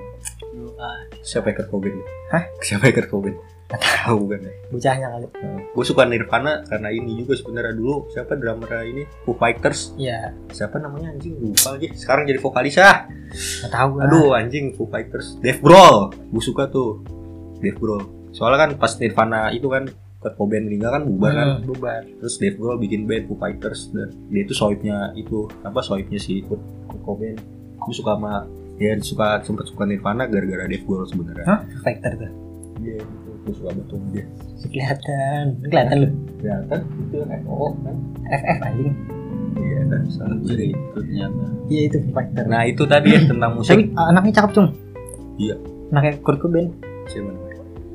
A: Siapa yang Kurt Cobain?
B: Hah?
A: Siapa yang Kurt Cobain? Tahu bukan ya?
B: Bocahnya kali.
A: Gue suka Nirvana karena ini juga sebenarnya dulu siapa drummer ini Foo Fighters.
B: Iya.
A: Siapa namanya anjing lupa lagi. Sekarang jadi vokalis ah.
B: Nggak tahu gua.
A: Aduh anjing Foo Fighters. Dave Grohl. Gue suka tuh. Dave Grohl. Soalnya kan pas Nirvana itu kan Kurt Cobain meninggal kan bubar kan.
B: Hmm, bubar.
A: Terus Dave Grohl bikin band Foo Fighters dan dia itu sohibnya itu apa sohibnya si Kurt, Kurt Cobain. Gue suka sama dia suka sempet suka Nirvana gara-gara Dave Grohl sebenarnya.
B: Hah? Fighter tuh.
A: Iya itu gue suka betul dia.
B: Kelihatan. Kelihatan lu.
A: Kelihatan itu kan F O kan.
B: F F anjing.
A: Iya kan salah
C: Jadi
A: jadi.
C: itu ternyata.
B: Iya itu Fighter.
A: Nah itu tadi ya tentang musik.
B: Tapi uh, anaknya cakep cung.
A: Iya.
B: Anaknya Kurt Cobain.
A: Siapa namanya?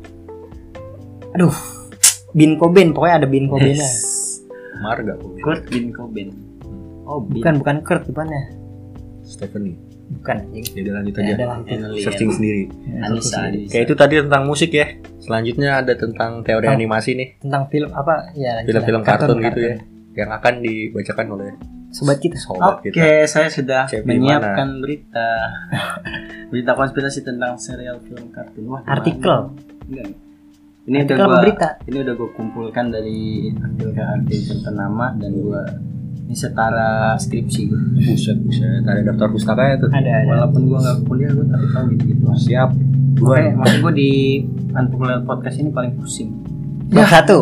B: Aduh. Bin Cobain, pokoknya ada Bin Cobainnya.
A: Marga Cobain.
C: Kurt Bin Cobain. Oh, Bin.
B: Bukan bukan Kurt depannya.
A: Stephanie.
B: Bukan anjing.
A: Ya udah lanjut
B: Ya,
A: aja.
B: adalah itu.
C: Emily,
A: Searching
C: Emily.
A: sendiri.
C: Anissa, Anissa.
A: Kayak itu tadi tentang musik ya. Selanjutnya ada tentang teori
B: Tentang-
A: animasi nih.
B: Tentang film apa? Ya, lanjut
A: Film-film
B: lah.
A: kartun, gitu ya. Yang akan dibacakan oleh
B: Sobat kita.
A: sobat
C: Oke,
A: kita.
C: saya sudah
A: Cep di
C: menyiapkan berita. Berita konspirasi tentang serial film kartun. Wah,
B: Artikel.
C: Enggak. Ini
B: Artikel
C: udah
B: apa
C: gua,
B: berita?
C: Ini udah gue kumpulkan dari artikel-artikel ternama dan gue ini setara skripsi gue.
A: Buset, buset. Ada daftar pustakanya tuh.
B: Ada ada.
C: Walaupun gue nggak kuliah gue tapi tahu gitu gitu.
A: Siap.
C: Makanya,
A: Buruan.
C: makanya gue di Unpopular Podcast ini paling pusing.
B: Bab satu.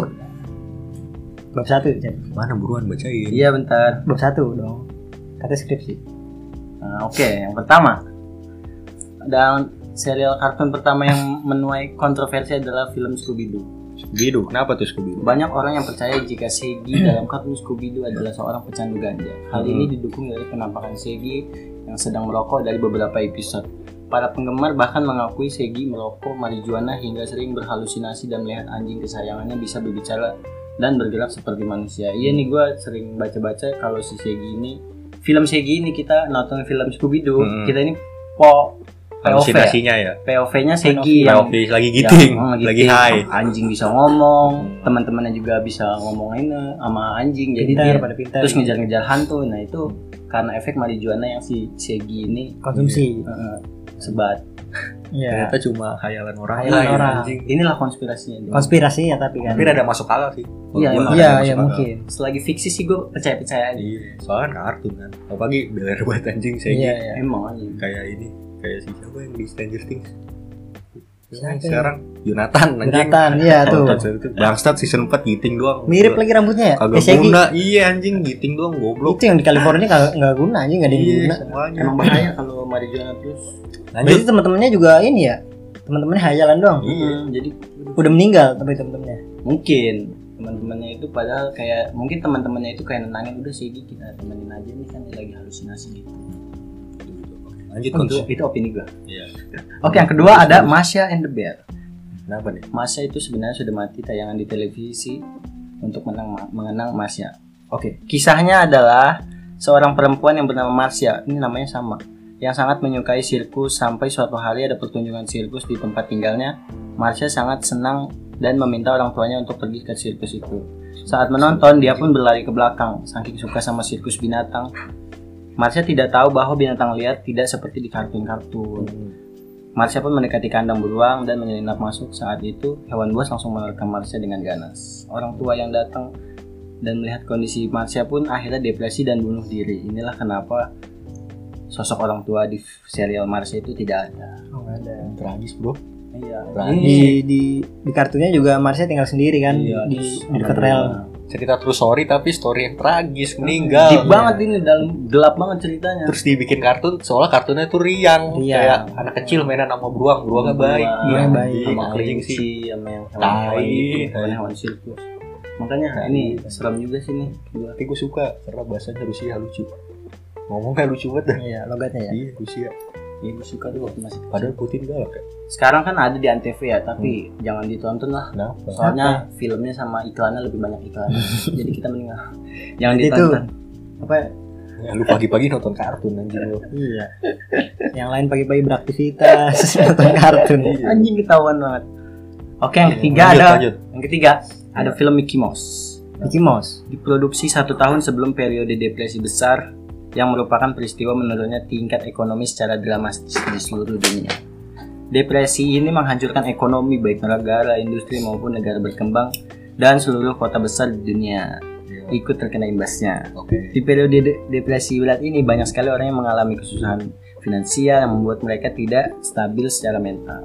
B: Bab satu. Cep.
A: Mana buruan bacain.
C: Iya bentar.
B: Bab satu dong. Kata skripsi.
C: Nah, Oke, yang pertama ada serial kartun pertama yang menuai kontroversi adalah film Scooby Doo.
A: Scooby-Doo, kenapa tuh Scooby-Doo?
C: Banyak orang yang percaya jika Shaggy dalam kartun Scooby-Doo adalah seorang pecandu ganja. Hal
A: Hmm.
C: ini didukung dari penampakan Shaggy yang sedang merokok dari beberapa episode. Para penggemar bahkan mengakui Shaggy merokok marijuana hingga sering berhalusinasi dan melihat anjing kesayangannya bisa berbicara dan bergerak seperti manusia. Iya nih, gue sering baca-baca kalau si Shaggy ini, film Shaggy ini kita nonton film Scooby-Doo,
A: Hmm.
C: kita ini po P O V ya?
A: Halusinasinya ya.
C: P O V-nya Shaggy
A: P
C: yang
A: O V lagi giting,
C: yang, oh,
A: lagi
C: giting.
A: high.
C: Anjing bisa ngomong, teman-temannya juga bisa ngomongin sama anjing, jadi
B: Pintar,
C: dia
B: pada pintar.
C: terus ngejar-ngejar hantu. Nah itu karena efek marijuana yang si Shaggy ini
B: Konsumsi.
C: uh, sebat.
B: Iya.
A: Ternyata cuma khayalan orang.
B: Khayalan
A: lain,
B: orang.
A: anjing.
C: Inilah konspirasinya dia.
B: Konspirasi ya tapi kan.
A: Tapi ada masuk akal sih.
C: Iya,
A: Gua
C: emang.
A: ada
B: Iya,
A: masuk
B: iya
A: akal.
B: mungkin.
C: Selagi fiksi sih gue percaya-percaya aja.
A: Iya, soalnya kan kartun kan. Apalagi beler buat anjing saya
B: Iya, iya.
C: Emang anjing.
A: kayak ini, kayak si siapa yang di Stranger Things.
B: Siapa
A: Yang
B: ya?
A: sekarang Jonathan anjing.
B: Jonathan, iya tuh.
A: Bangstat season empat giting doang.
B: Mirip lagi rambutnya ya.
A: Kagak
B: Eh, Shaggy.
A: guna. Iya anjing giting doang goblok.
B: Itu yang di California kagak nggak guna aja, nggak ada yang
A: Iya,
B: guna.
A: semuanya.
C: Emang bahaya kalau marijuana terus.
B: Berarti
A: Lanjut.
B: teman-temannya juga ini ya. Teman-temannya hayalan doang.
A: Iya.
C: Hmm, jadi
B: Udah meninggal tapi teman-temannya.
C: mungkin teman-temannya itu padahal kayak mungkin teman-temannya itu kayak nenangin, udah Shaggy kita temenin aja nih kan dia lagi halusinasi gitu.
A: Lanjut
C: Itu,
A: Kons.
C: itu opini gue.
A: Iya.
C: Oke, yang kedua ada Masha and the Bear.
A: Kenapa nih?
C: Masha itu sebenarnya sudah mati tayangan di televisi untuk menang, mengenang Masha. Oke, kisahnya adalah seorang perempuan yang bernama Marsha, ini namanya sama, yang sangat menyukai sirkus sampai suatu hari ada pertunjukan sirkus di tempat tinggalnya. Marsha sangat senang dan meminta orang tuanya untuk pergi ke sirkus itu. Saat menonton, dia pun berlari ke belakang, saking suka sama sirkus binatang. Marsha tidak tahu bahwa binatang liar tidak seperti di kartun-kartun. Marsha pun mendekati kandang beruang dan menyelinap masuk. Saat itu, hewan buas langsung menerkam Marsha dengan ganas. Orang tua yang datang dan melihat kondisi Marsha pun akhirnya depresi dan bunuh diri. Inilah kenapa sosok orang tua di serial Marsha itu tidak ada.
B: Oh, nggak ada.
A: Tragis bro.
C: Iya.
B: Di di di kartunya juga Marsha tinggal sendiri kan
C: Iya,
B: di
C: terus
B: di dekat
C: sama
B: rel.
C: dia.
A: Cerita true story tapi story yang tragis, meninggal.
C: Deep banget ini, dalam gelap banget ceritanya.
A: Terus dibikin kartun, soalnya kartunnya tuh riang,
B: Riang.
A: kayak anak kecil mainan sama beruang, beruangnya baik.
C: Beruang,
B: Iya, baik.
C: sama
A: Anjing
C: kelinci,
A: sih.
C: sama yang hewan-hewan
A: Tai.
C: gitu, hewan-hewan sirkus. Makanya ini serem juga sih nih. Gua.
A: Tapi gue suka karena bahasanya Rusia lucu. Ngomongnya lucu banget dah.
B: Iya, logatnya ya.
A: Iya Rusia.
C: Iya, gue suka tuh waktu masih kecil.
A: Padahal Putin galak ya.
C: Sekarang kan ada di Antv ya, tapi jangan ditonton lah.
A: Kenapa?
C: Soalnya filmnya sama iklannya lebih banyak iklan. Jadi kita mending ah, jangan
B: Jadi
C: ditonton.
B: Apa?
A: Ya, lu pagi-pagi nonton kartun anjing lu.
B: Iya. Yang lain pagi-pagi beraktivitas, nonton kartun.
C: Anjing ketahuan banget. Oke, yang ketiga
A: Lanjut,
C: ada
A: lanjut.
C: yang ketiga ada film Mickey Mouse.
B: Mickey Mouse.
C: Diproduksi satu tahun sebelum periode depresi besar yang merupakan peristiwa menurunnya tingkat ekonomi secara dramatis di seluruh dunia. Depresi ini menghancurkan ekonomi baik negara, industri maupun negara berkembang dan seluruh kota besar di dunia ikut terkena imbasnya.
A: Oke.
C: Di periode de- depresi berat ini banyak sekali orang yang mengalami kesusahan finansial yang membuat mereka tidak stabil secara mental.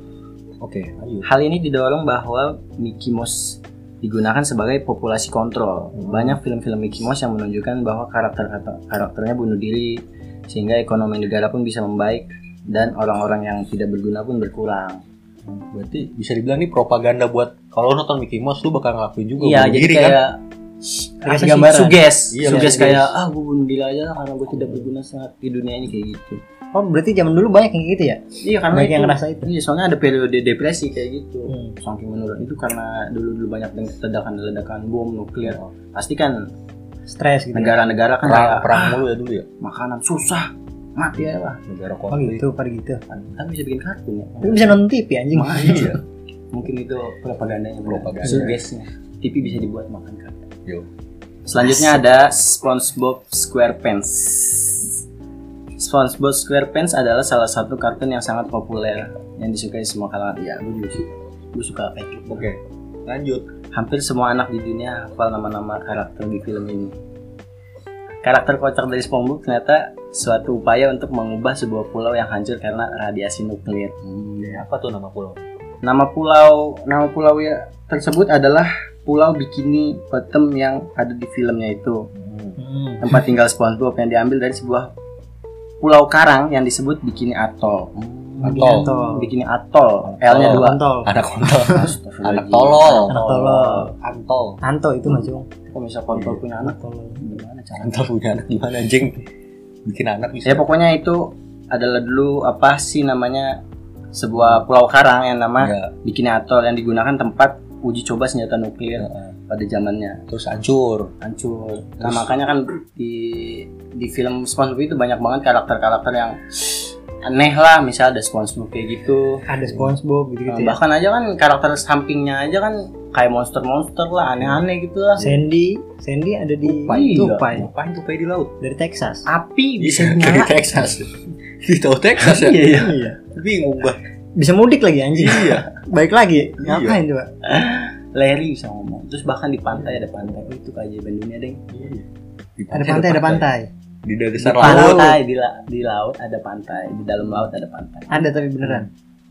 A: Oke, lanjut.
C: Hal ini didorong bahwa Mickey Mouse digunakan sebagai populasi kontrol. Banyak film-film Mickey Mouse yang menunjukkan bahwa karakter karakternya bunuh diri sehingga ekonomi negara pun bisa membaik dan orang-orang yang tidak berguna pun berkurang.
A: Berarti bisa dibilang nih propaganda buat kalau lu nonton Mickey Mouse lu bakal ngelakuin juga
C: Iya,
A: bunuh
C: jadi
A: diri
C: kayak
A: kan?
C: apa sih,
B: gambaran.
C: suges,
A: Iya,
C: suges
A: suges.
C: kayak ah gue bunuh diri aja lah karena gue tidak berguna sangat di dunia ini kayak gitu.
B: Oh, berarti zaman dulu banyak yang gitu ya?
C: Iya karena
B: Banyak
C: itu,
B: yang ngerasa itu.
C: Iya soalnya ada periode depresi kayak gitu.
B: Hmm.
C: Saking menurun itu karena dulu-dulu banyak ledakan-ledakan bom nuklir. Pasti kan
B: Stres gitu.
C: negara-negara kan
A: Perang,
C: kayak
A: perang mulu ya dulu ya.
C: makanan susah, mati ya lah.
A: Negara
B: Oh
A: konflik.
B: gitu, pada gitu.
C: Kan bisa bikin kartun ya.
B: Tapi bisa nonton T V anjing.
A: Iya.
C: Mungkin itu propagandanya,
A: Propaganda.
C: sugesnya. T V bisa dibuat makan kan.
A: Yo.
C: Selanjutnya ada SpongeBob SquarePants. SpongeBob SquarePants adalah salah satu kartun yang sangat populer yang disukai semua kalangan. Ya, gue juga suka. Gue suka kayak gitu.
A: Oke. Lanjut.
C: Hampir semua anak di dunia hafal nama-nama karakter di film ini. Karakter kocak dari SpongeBob ternyata suatu upaya untuk mengubah sebuah pulau yang hancur karena radiasi nuklir.
A: Hmm, apa tuh nama pulau?
C: Nama pulau nama pulau ya tersebut adalah Pulau Bikini Bottom yang ada di filmnya itu.
B: Hmm.
C: Tempat tinggal SpongeBob yang diambil dari sebuah pulau karang yang disebut Bikini Atoll.
A: Atol.
B: Atol.
C: Bikinnya atol. L-nya dua.
B: Kontol.
A: Anak kontol.
C: Astagfirullahaladzim.
A: Anak tolol.
B: Anak tolol.
A: Antol.
B: Anto itu Mas Jung.
C: Kok bisa kontol punya anak?
B: Tolol.
C: Gimana cara?
A: Antol punya anak gimana anjing? Bikin anak bisa.
C: Ya pokoknya itu adalah dulu apa sih namanya sebuah pulau karang yang nama
A: Ya.
C: Bikini Atoll yang digunakan tempat uji coba senjata nuklir
A: Ya.
C: pada zamannya.
A: Terus hancur.
C: Hancur. Nah makanya kan di di film SpongeBob itu banyak banget karakter-karakter yang aneh lah, misal ada SpongeBob kayak gitu.
B: Ada SpongeBob gitu-gitu
C: Nah,
B: ya.
C: bahkan aja kan karakter sampingnya aja kan kayak monster-monster lah, aneh-aneh gitu lah.
B: Sandy, Sandy ada di
C: Tupai,
B: Tupai
A: Ngapain tupai di laut?
B: dari Texas.
C: Api bisa
A: Dari
C: nyala.
A: Texas. Di tahu Texas ya?
C: Iya, iya.
B: Iya.
A: Bingung bah.
B: Bisa mudik lagi anjing.
A: Iya.
B: Baik lagi. Ngapain coba?
C: Larry bisa ngomong. Terus bahkan di pantai ada pantai. Oh, itu keajaiban dunia, Deng.
A: Di
B: Ada pantai, ada pantai.
A: Di
C: Di
A: dasar laut.
C: pantai, di, la- di laut ada pantai, di dalam laut ada pantai.
B: Ada tapi beneran.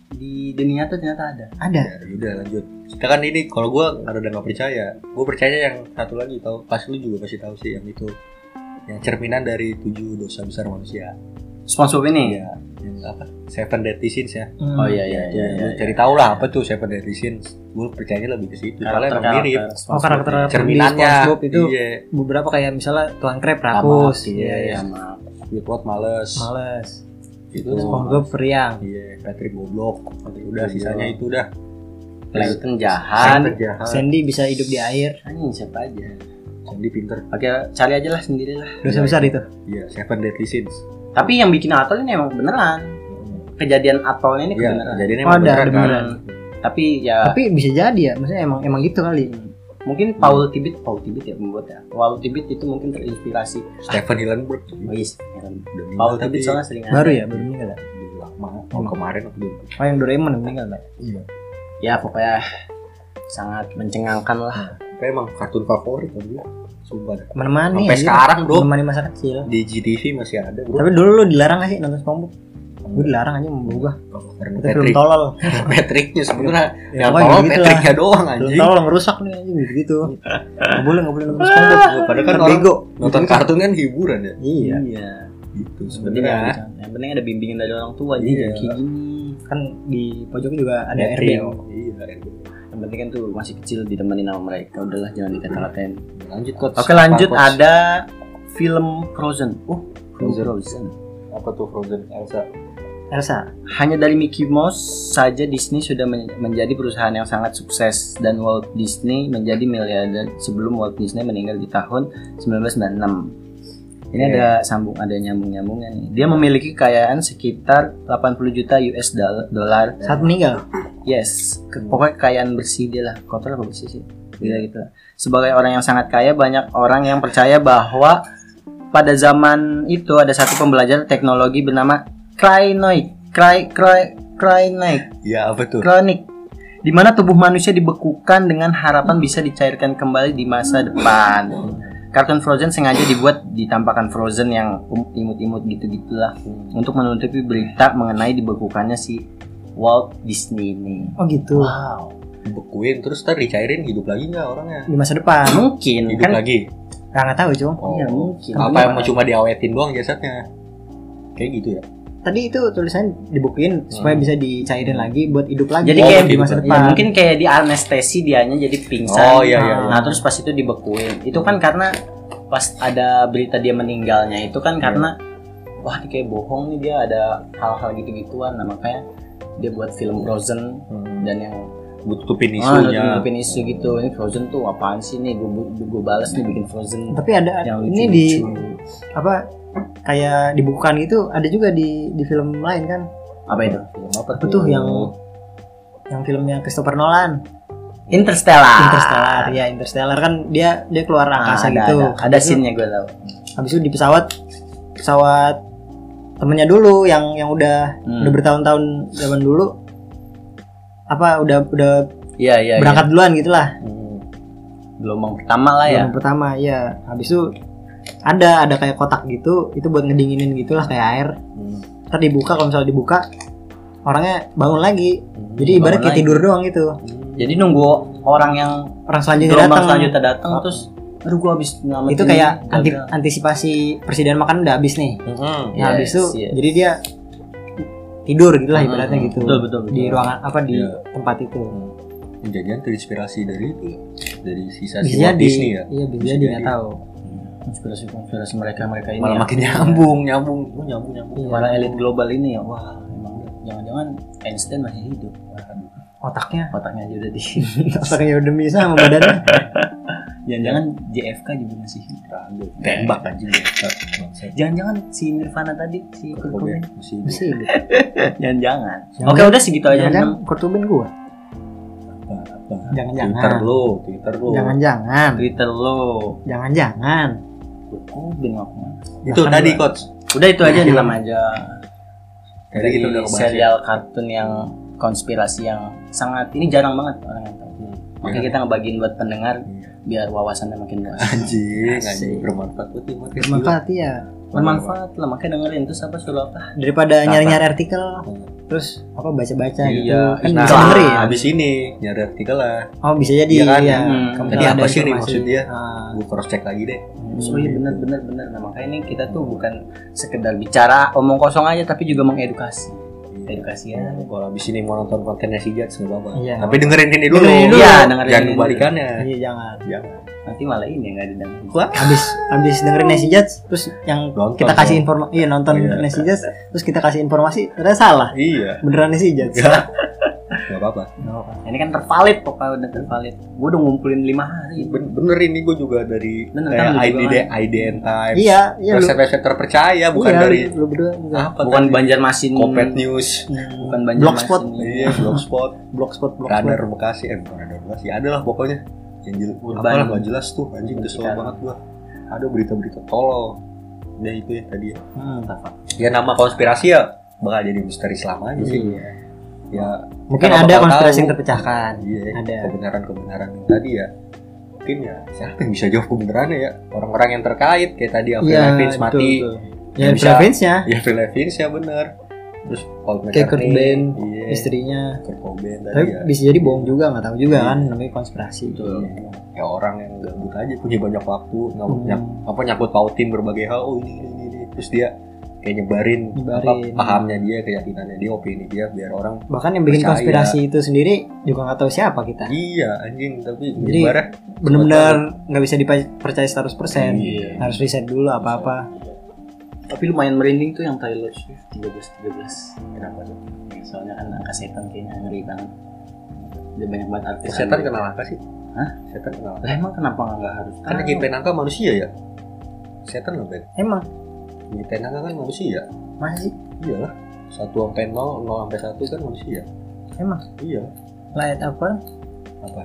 C: Di dunia tuh ternyata ada.
B: Ada.
A: Ya udah lanjut. Kita kan ini kalau gue nggak ada nggak percaya. Gue percaya yang satu lagi tau. Pas lu juga pasti tahu sih yang itu. Yang cerminan dari tujuh dosa besar manusia.
C: SpongeBob ini.
A: Iya. Yang apa? Seven Deadly Sins ya.
B: Hmm.
C: Oh iya iya
A: Tuh,
C: iya.
A: lu
C: iya.
A: cari tahu lah apa tuh Seven Deadly Sins. Gue percayanya lebih ke situ. Soalnya emang mirip.
B: Oh karakter
A: Cerminannya.
B: SpongeBob itu
A: Iya.
B: beberapa kayak misalnya Tuan Crab
A: Sama,
B: rakus,
C: Iya iya sama.
A: Squidward males.
B: males.
A: Itu.
B: SpongeBob periang.
A: Iya. Patrick goblok. Udah sisanya itu dah.
C: Plankton jahat.
A: Sandy jahat.
B: Sandy bisa hidup di air.
C: Anjing siapa aja.
A: Sandy pinter.
C: Oke, cari aja lah sendiri lah.
B: Dosa besar itu.
A: Iya. Seven Deadly Sins.
C: Tapi yang bikin atol ini emang beneran. Kejadian atolnya ini
A: Iya.
C: kebenaran.
A: Jadinya
B: Oh,
A: emang
B: ada,
A: beneran
B: ada
A: kan?
B: beneran.
C: Tapi ya
B: Tapi bisa jadi ya, maksudnya emang emang gitu kali.
C: mungkin Paul Tibet, Paul Tibet ya pembuatnya. Paul Tibet itu mungkin terinspirasi.
A: Stephen Hillenburg.
C: Oh yes,
A: Udah meninggal
C: Paul
A: tapi
C: Tibet soalnya sering
B: Baru
C: ada.
B: ya, baru meninggal ya.
A: udah lama. Tahun kemarin aku dulu.
B: Oh yang Doraemon yang meninggal Mbak.
A: Iya.
C: Ya pokoknya sangat mencengangkan lah.
A: Tapi emang kartun favorit kan gue. Sumpah dah.
B: Menemani.
A: Sampai
B: anjir.
A: sekarang, Bro.
B: Menemani masa kecil.
A: Di G T V masih ada, Bro.
B: Tapi dulu lu dilarang gak sih nonton SpongeBob? Gue dilarang aja mau gua.
A: Karena
B: Itu film
A: Patrick.
B: tolol.
A: Patricknya sebenarnya
B: Ya,
A: yang
B: pokoknya
A: tolol
B: gitu lah.
A: Patricknya doang
B: Film
A: anjing.
B: tolol ngerusak nih anjing gitu. Enggak boleh, enggak boleh nonton SpongeBob.
A: Padahal kan
B: Kan
A: orang
B: bego.
A: nonton kartun kan hiburan ya.
B: Iya.
C: Iya.
A: Gitu
C: Sebenarnya
A: sebenarnya.
C: yang penting ada bimbingan dari orang tua aja
A: Iya.
C: kayak gini.
B: Kan di pojoknya juga ada R B.
A: Iya, R B.
C: Yang penting kan tuh masih kecil ditemenin sama mereka. Udahlah jangan dikata-katain.
A: Lanjut coach.
C: Oke lanjut
A: Apa, Coach?
C: ada film Frozen. Oh
A: Frozen.
C: Frozen.
A: apa tuh Frozen Elsa?
B: Elsa.
C: Hanya dari Mickey Mouse saja Disney sudah men- menjadi perusahaan yang sangat sukses dan Walt Disney menjadi miliarder sebelum Walt Disney meninggal di tahun sembilan belas sembilan puluh enam. Ini
A: Oke.
C: ada sambung ada nyambung-nyambungnya nih. Dia memiliki kekayaan sekitar delapan puluh juta U S doll- dolar.
B: Saat meninggal.
C: Yes, ke- pokoknya kekayaan bersih dia lah. Kotor apa bersih sih? Gila gitu lah. Sebagai orang yang sangat kaya, banyak orang yang percaya bahwa pada zaman itu ada satu pembelajar teknologi bernama Crynoid, Cry Cry Crynoid,
A: Ya apa tuh?
C: Cryonic, di mana tubuh manusia dibekukan dengan harapan bisa dicairkan kembali di masa depan. Kartun Frozen sengaja dibuat ditampakkan Frozen yang um- imut-imut gitu-gitulah untuk menutupi berita mengenai dibekukannya si Walt Disney ini.
B: Oh gitu.
C: Wow.
A: Dibekuin terus ntar dicairin hidup lagi nggak orangnya?
B: Di masa depan.
C: Mungkin
A: Hidup
C: kan
A: lagi.
B: Nah, nggak tahu cung.
C: Iya, mungkin.
A: Apa yang mau cuma diawetin doang jasadnya? Kayak gitu ya.
B: Tadi itu tulisannya dibukuin supaya
A: Hmm.
B: bisa dicairin lagi buat hidup lagi.
C: Jadi
B: Oh,
C: kayak
B: di masa
C: ya,
B: depan.
C: mungkin kayak di anestesi dianya jadi pingsan.
A: Oh, iya, iya,
C: Nah, terus pas itu dibekuin. Itu kan karena pas ada berita dia meninggalnya itu kan karena wah ini kayak bohong nih dia ada hal-hal gitu-gituan. Nah, makanya dia buat film Frozen dan yang
A: Butuh tutupin
C: ah,
A: isunya.
C: nutupin isu gitu. Ini Frozen tuh apaan sih nih? Gue gue balas nih bikin Frozen
B: Tapi ada
C: yang
B: ini di
C: lucu-lucu.
B: apa kayak dibukukan gitu ada juga di di film lain kan.
C: Apa itu? Film apa
B: Apa tuh yang yang filmnya Christopher Nolan.
C: Interstellar.
B: Interstellar. Ya, Interstellar kan dia dia keluar
C: Ah,
B: angkasa
C: ada,
B: gitu.
C: Ada, ada
B: Habis itu-
C: scene-nya gue tahu.
B: Habis itu di pesawat pesawat temennya dulu yang yang udah
C: Hmm.
B: udah bertahun-tahun zaman dulu apa udah udah
C: Iya, iya,
B: berangkat duluan gitulah.
A: Hmm.
C: Gelombang pertama lah ya.
B: Yang pertama ya. Habis itu ada ada kayak kotak gitu, itu buat ngedinginin gitulah kayak air.
A: Hmm.
B: Ntar dibuka, kalau misalnya dibuka orangnya bangun lagi.
A: Hmm.
B: Jadi ibarat
C: Bangun
B: kayak
C: lagi.
B: tidur doang gitu.
C: Jadi nunggu orang yang
B: Orang selanjutnya
C: gelombang
B: datang.
C: selanjutnya datang terus aduh gua habis nyelamatin
B: Itu kayak
C: ini,
B: anti-
C: gagal.
B: antisipasi persediaan makan udah habis nih.
A: Hmm.
B: Nah, habis
C: Yes,
B: itu
C: yes.
B: jadi dia tidur gitulah
A: Hmm,
B: ibaratnya gitu.
C: betul, betul, betul.
B: Di ruangan apa di
A: Iya.
B: tempat itu.
A: Jangan terinspirasi dari itu ya. Dari sisa
B: Bisa
A: si Walt
B: jadi,
A: Disney ya.
B: iya bisa
A: Bisa
B: jadi
A: jadi.
B: nggak tahu.
C: konspirasi-konspirasi mereka-mereka ini
A: Malah
C: ya.
A: makin nyambung, nyambung, oh, nyambung, nyambung.
B: Iya.
C: Malah elit global ini ya, wah emang jangan-jangan Einstein masih hidup. Waduh,
B: Otaknya,
C: otaknya aja udah di
B: otaknya udah bisa sama badannya.
C: jangan-jangan J F K juga masih hidup.
A: Tembak aja ya.
C: Jangan-jangan si Nirvana tadi si Kurt Cobain
A: Masih
B: Masih hidup.
C: jangan-jangan.
B: Jangan-
C: Oke, udah segitu aja.
B: Jangan Kurt Cobain gua.
A: apa?
B: Jangan-jangan.
A: Twitter lu, Twitter lu.
B: Jangan-jangan.
C: Twitter lo.
B: Jangan-jangan.
C: Kurt Cobain aku mah.
A: Itu
B: Bahkan
A: tadi
B: gua-
A: coach.
C: Udah itu aja film aja.
A: Tadi
C: Dari
A: kita udah ngebahas ya.
C: serial kartun yang konspirasi yang sangat ini jarang banget orang yang tahu.
A: Hmm.
C: Makanya
A: Ya.
C: kita ngebagiin buat pendengar
A: Iya.
C: biar wawasannya makin luas.
A: Anjing,
B: Asik.
A: anjing bermanfaat buat nih podcast
B: Bermanfaat ya.
C: Bermanfaat lah, makanya dengerin terus apa suruh apa?
B: Daripada
A: Apa?
B: nyari-nyari artikel,
A: Hmm.
B: terus apa baca-baca gitu.
C: Iya,
B: Kan
A: Nah,
B: bisa dengerin.
A: habis ini nyari artikel lah.
B: Oh, bisa jadi
A: Iya kan?
B: ya.
C: Hmm.
B: Kamu
A: Tadi
B: ada
A: apa sih nih
B: informasi.
A: maksud dia?
B: Ah.
A: Gue cross check lagi deh.
C: Oh iya benar benar benar. Nah makanya ini kita tuh bukan sekedar bicara omong kosong aja, tapi juga mengedukasi. Edukasi ya.
A: Kalau habis ini mau nonton kontennya si Jats nggak apa-apa.
B: Iya.
A: Tapi dengerin ini dulu.
B: Dengerin dulu.
C: Iya, dengerin
A: Jangan
C: ini
A: kebalikannya.
B: Iya, jangan.
A: Jangan.
C: Nanti malah ini yang nggak didengerin.
A: Wah.
B: Habis habis dengerin Nancy Judge, terus yang
A: Nonton
B: kita kasih
A: dong.
B: informasi, iya nonton
A: Iya.
B: Nancy Judge, terus kita kasih informasi, ternyata salah.
A: Iya.
B: Beneran Nancy Judge.
A: Enggak. Enggak apa-apa.
C: Ini kan tervalid pokoknya udah tervalid. Gue udah ngumpulin lima hari.
A: Ben- Bener ini gue juga dari
C: Bener,
A: kayak
C: kan, lu
A: I D
C: juga
A: D,
C: kan?
A: I D N Times.
B: Iya, iya lu.
A: Website-website terpercaya bukan
B: Iya,
A: dari
B: lu, lu berdua juga.
A: apa
C: Bukan
A: tadi?
C: Banjarmasin.
A: Kopet News.
B: Hmm.
C: Bukan Banjarmasin.
B: Blogspot.
A: Iya, Blogspot,
B: Blogspot, Blogspot.
A: Radar Bekasi, eh bukan Radar Bekasi, ada lah pokoknya. Yang jelas,
C: Urban.
A: apalah nggak jelas tuh, anjing
C: Urban
A: kesel
C: sekarang.
A: banget gua. Ada berita-berita tolol. Udah itu ya tadi ya.
B: Hmm.
A: Ya nama konspirasi ya bakal jadi misteri selama aja sih.
B: Iya.
A: Ya
B: Mungkin
A: kita
B: ada
A: bakal
B: konspirasi
A: tahu.
B: yang terpecahkan.
A: Iya,
B: Ada.
A: kebenaran-kebenaran yang tadi ya. Mungkin ya siapa yang bisa jawab kebenarannya ya? Orang-orang yang terkait kayak tadi Avril
B: Iya,
A: Lavigne
B: betul,
A: mati.
B: betul. Ya,
A: Bisa.
B: provinsinya,
A: Ya Avril Lavigne ya benar. Terus Paul
B: kayak Kurt
A: McCartney,
B: Cobain,
A: iya,
B: istrinya.
A: Kurt Cobain tadi
B: Tapi
A: ya.
B: bisa jadi bohong juga, nggak tahu juga
A: Iya.
B: kan, namanya konspirasi.
A: Iya. Ya orang yang gabut aja punya banyak waktu nggak
B: Hmm.
A: nyak- apa nyangkut pautin berbagai hal, oh ini ini ini, ini. Terus dia kayak nyebarin,
B: Nyebarin.
A: apa pahamnya dia, keyakinannya dia, opini dia biar orang
B: Bahkan yang bikin
A: Percaya.
B: konspirasi itu sendiri juga nggak tahu siapa kita.
A: iya anjing tapi
B: Jadi,
A: nyebarnya
B: Bener-bener nggak bisa dipercaya seratus persen.
A: Iya.
B: Harus riset dulu apa-apa.
C: Tapi lumayan merinding tuh yang Taylor Swift tiga belas tiga belas.
A: kenapa tuh?
C: Soalnya kan angka setan kayaknya ngeri banget. Dia banyak banget artis.
A: Setan kenal angka sih?
C: Hah?
A: Setan kenal angka?
C: Lah emang kenapa nggak harus?
A: Kan yang nyiptain angka manusia ya? Setan loh Ben.
B: Emang
A: Nyiptain angka kan manusia.
B: masih
A: Iyalah. Satu sampai nol, nol sampai satu kan manusia.
B: emang
A: Iya.
B: light apa?
A: Apa?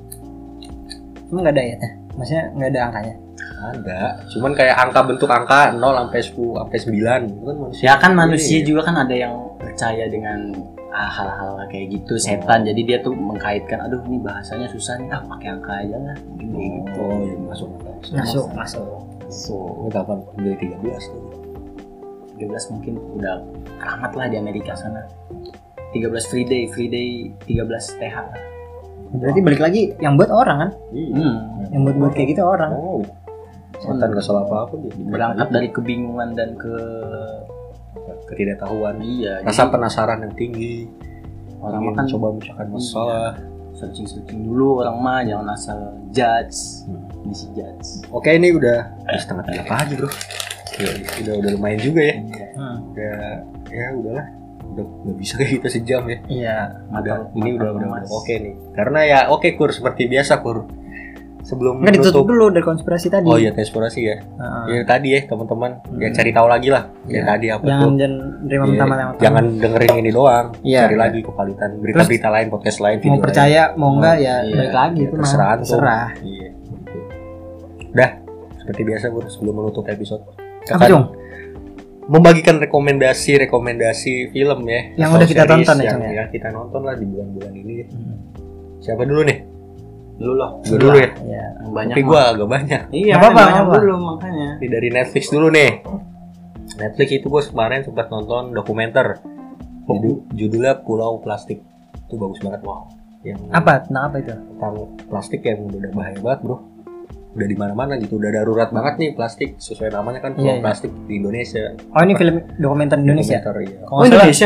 B: Emang nggak ada ya? Maksudnya nggak ada angkanya?
A: Ada. Cuman kayak angka bentuk angka nol sampai sepuluh sampai sembilan itu kan manusia.
C: Ya kan manusia
A: Iya.
C: juga kan ada yang percaya dengan ah, hal-hal kayak gitu setan. Jadi dia tuh mengkaitkan, aduh ini bahasanya susah nih, ah pakai angka aja lah. Mungkin kayak gitu.
A: Oh, iya masuk akal.
B: Masuk, masuk.
C: So,
A: Ini kapan? Dari tiga belas tuh.
C: tiga belas mungkin udah keramat lah di Amerika sana. tiga belas free day, free day tiga belas T H lah.
B: Berarti balik lagi yang buat orang kan?
A: Iya.
C: Hmm.
B: Yang buat buat kayak gitu orang.
A: Oh. Setan nggak salah apa-apa dia.
C: Berangkat dari kebingungan dan ke
A: ketidaktahuan.
C: iya,
A: Rasa
C: jadi
A: penasaran yang tinggi.
C: orang
A: Ingin
C: makan
A: coba memecahkan masalah.
C: searching-searching dulu orang mah jangan asal judge.
A: Hmm.
C: Ini si judge.
A: Oke ini udah setengah tiga pagi bro. Ya, udah udah lumayan juga ya.
B: Hmm.
A: Udah ya udahlah. Udah nggak bisa kayak gitu sejam ya.
B: Iya.
A: Udah,
C: Mantap,
A: ini
C: mantap,
A: udah udah
C: Mas.
A: oke nih. Karena ya oke Kur seperti biasa Kur. Sebelum
B: Nggak ditutup
A: menutup.
B: dulu dari konspirasi tadi.
A: Oh iya konspirasi ya.
B: Heeh.
A: Ya tadi ya teman-teman. Ya cari tahu lagi lah. Ya,
B: Iya.
A: tadi apa
B: Jangan
A: tuh.
B: jangan terima
A: Iya,
B: mentah-mentah.
A: jangan dengerin ini doang.
B: Iya.
A: Cari lagi kevalitan berita-berita lain, podcast lain, video
B: mau percaya mau enggak ya
C: Iya.
B: balik lagi
A: lain.
B: itu
A: Ya,
B: mah
A: terserah antum.
B: terserah.
A: Iya. Gitu. Udah, seperti biasa Bur, sebelum menutup episode.
B: Apa
A: Akan
B: Cung?
A: membagikan rekomendasi-rekomendasi film ya.
B: Yang
A: atau
B: udah kita
A: series
B: tonton ya,
A: yang,
B: Cung, ya?
A: yang kita nonton lah di bulan-bulan ini.
B: Hmm.
A: Siapa dulu nih?
C: Dulu loh.
A: Gue dulu ya.
B: Iya.
C: Yang banyak.
A: Tapi
C: mah.
A: gue agak banyak.
C: Iya,
B: Nggak apa-apa,
C: banyak
B: nggak apa-apa.
C: dulu makanya.
A: Ini dari Netflix dulu nih. Netflix itu gue kemarin sempat nonton dokumenter. Judul- judulnya Pulau Plastik. Itu bagus banget, wow. Yang
B: Apa? Tentang apa itu?
A: tentang plastik yang udah bahaya banget, Bro. Udah di mana-mana gitu, udah darurat banget nih plastik. Sesuai namanya kan Pulau
B: Iya, iya.
A: Plastik di Indonesia.
B: Oh ini film dokumenter Indonesia.
A: Dokumenter, iya.
B: Kalau
C: Oh
B: nggak salah-
C: Indonesia yang buat.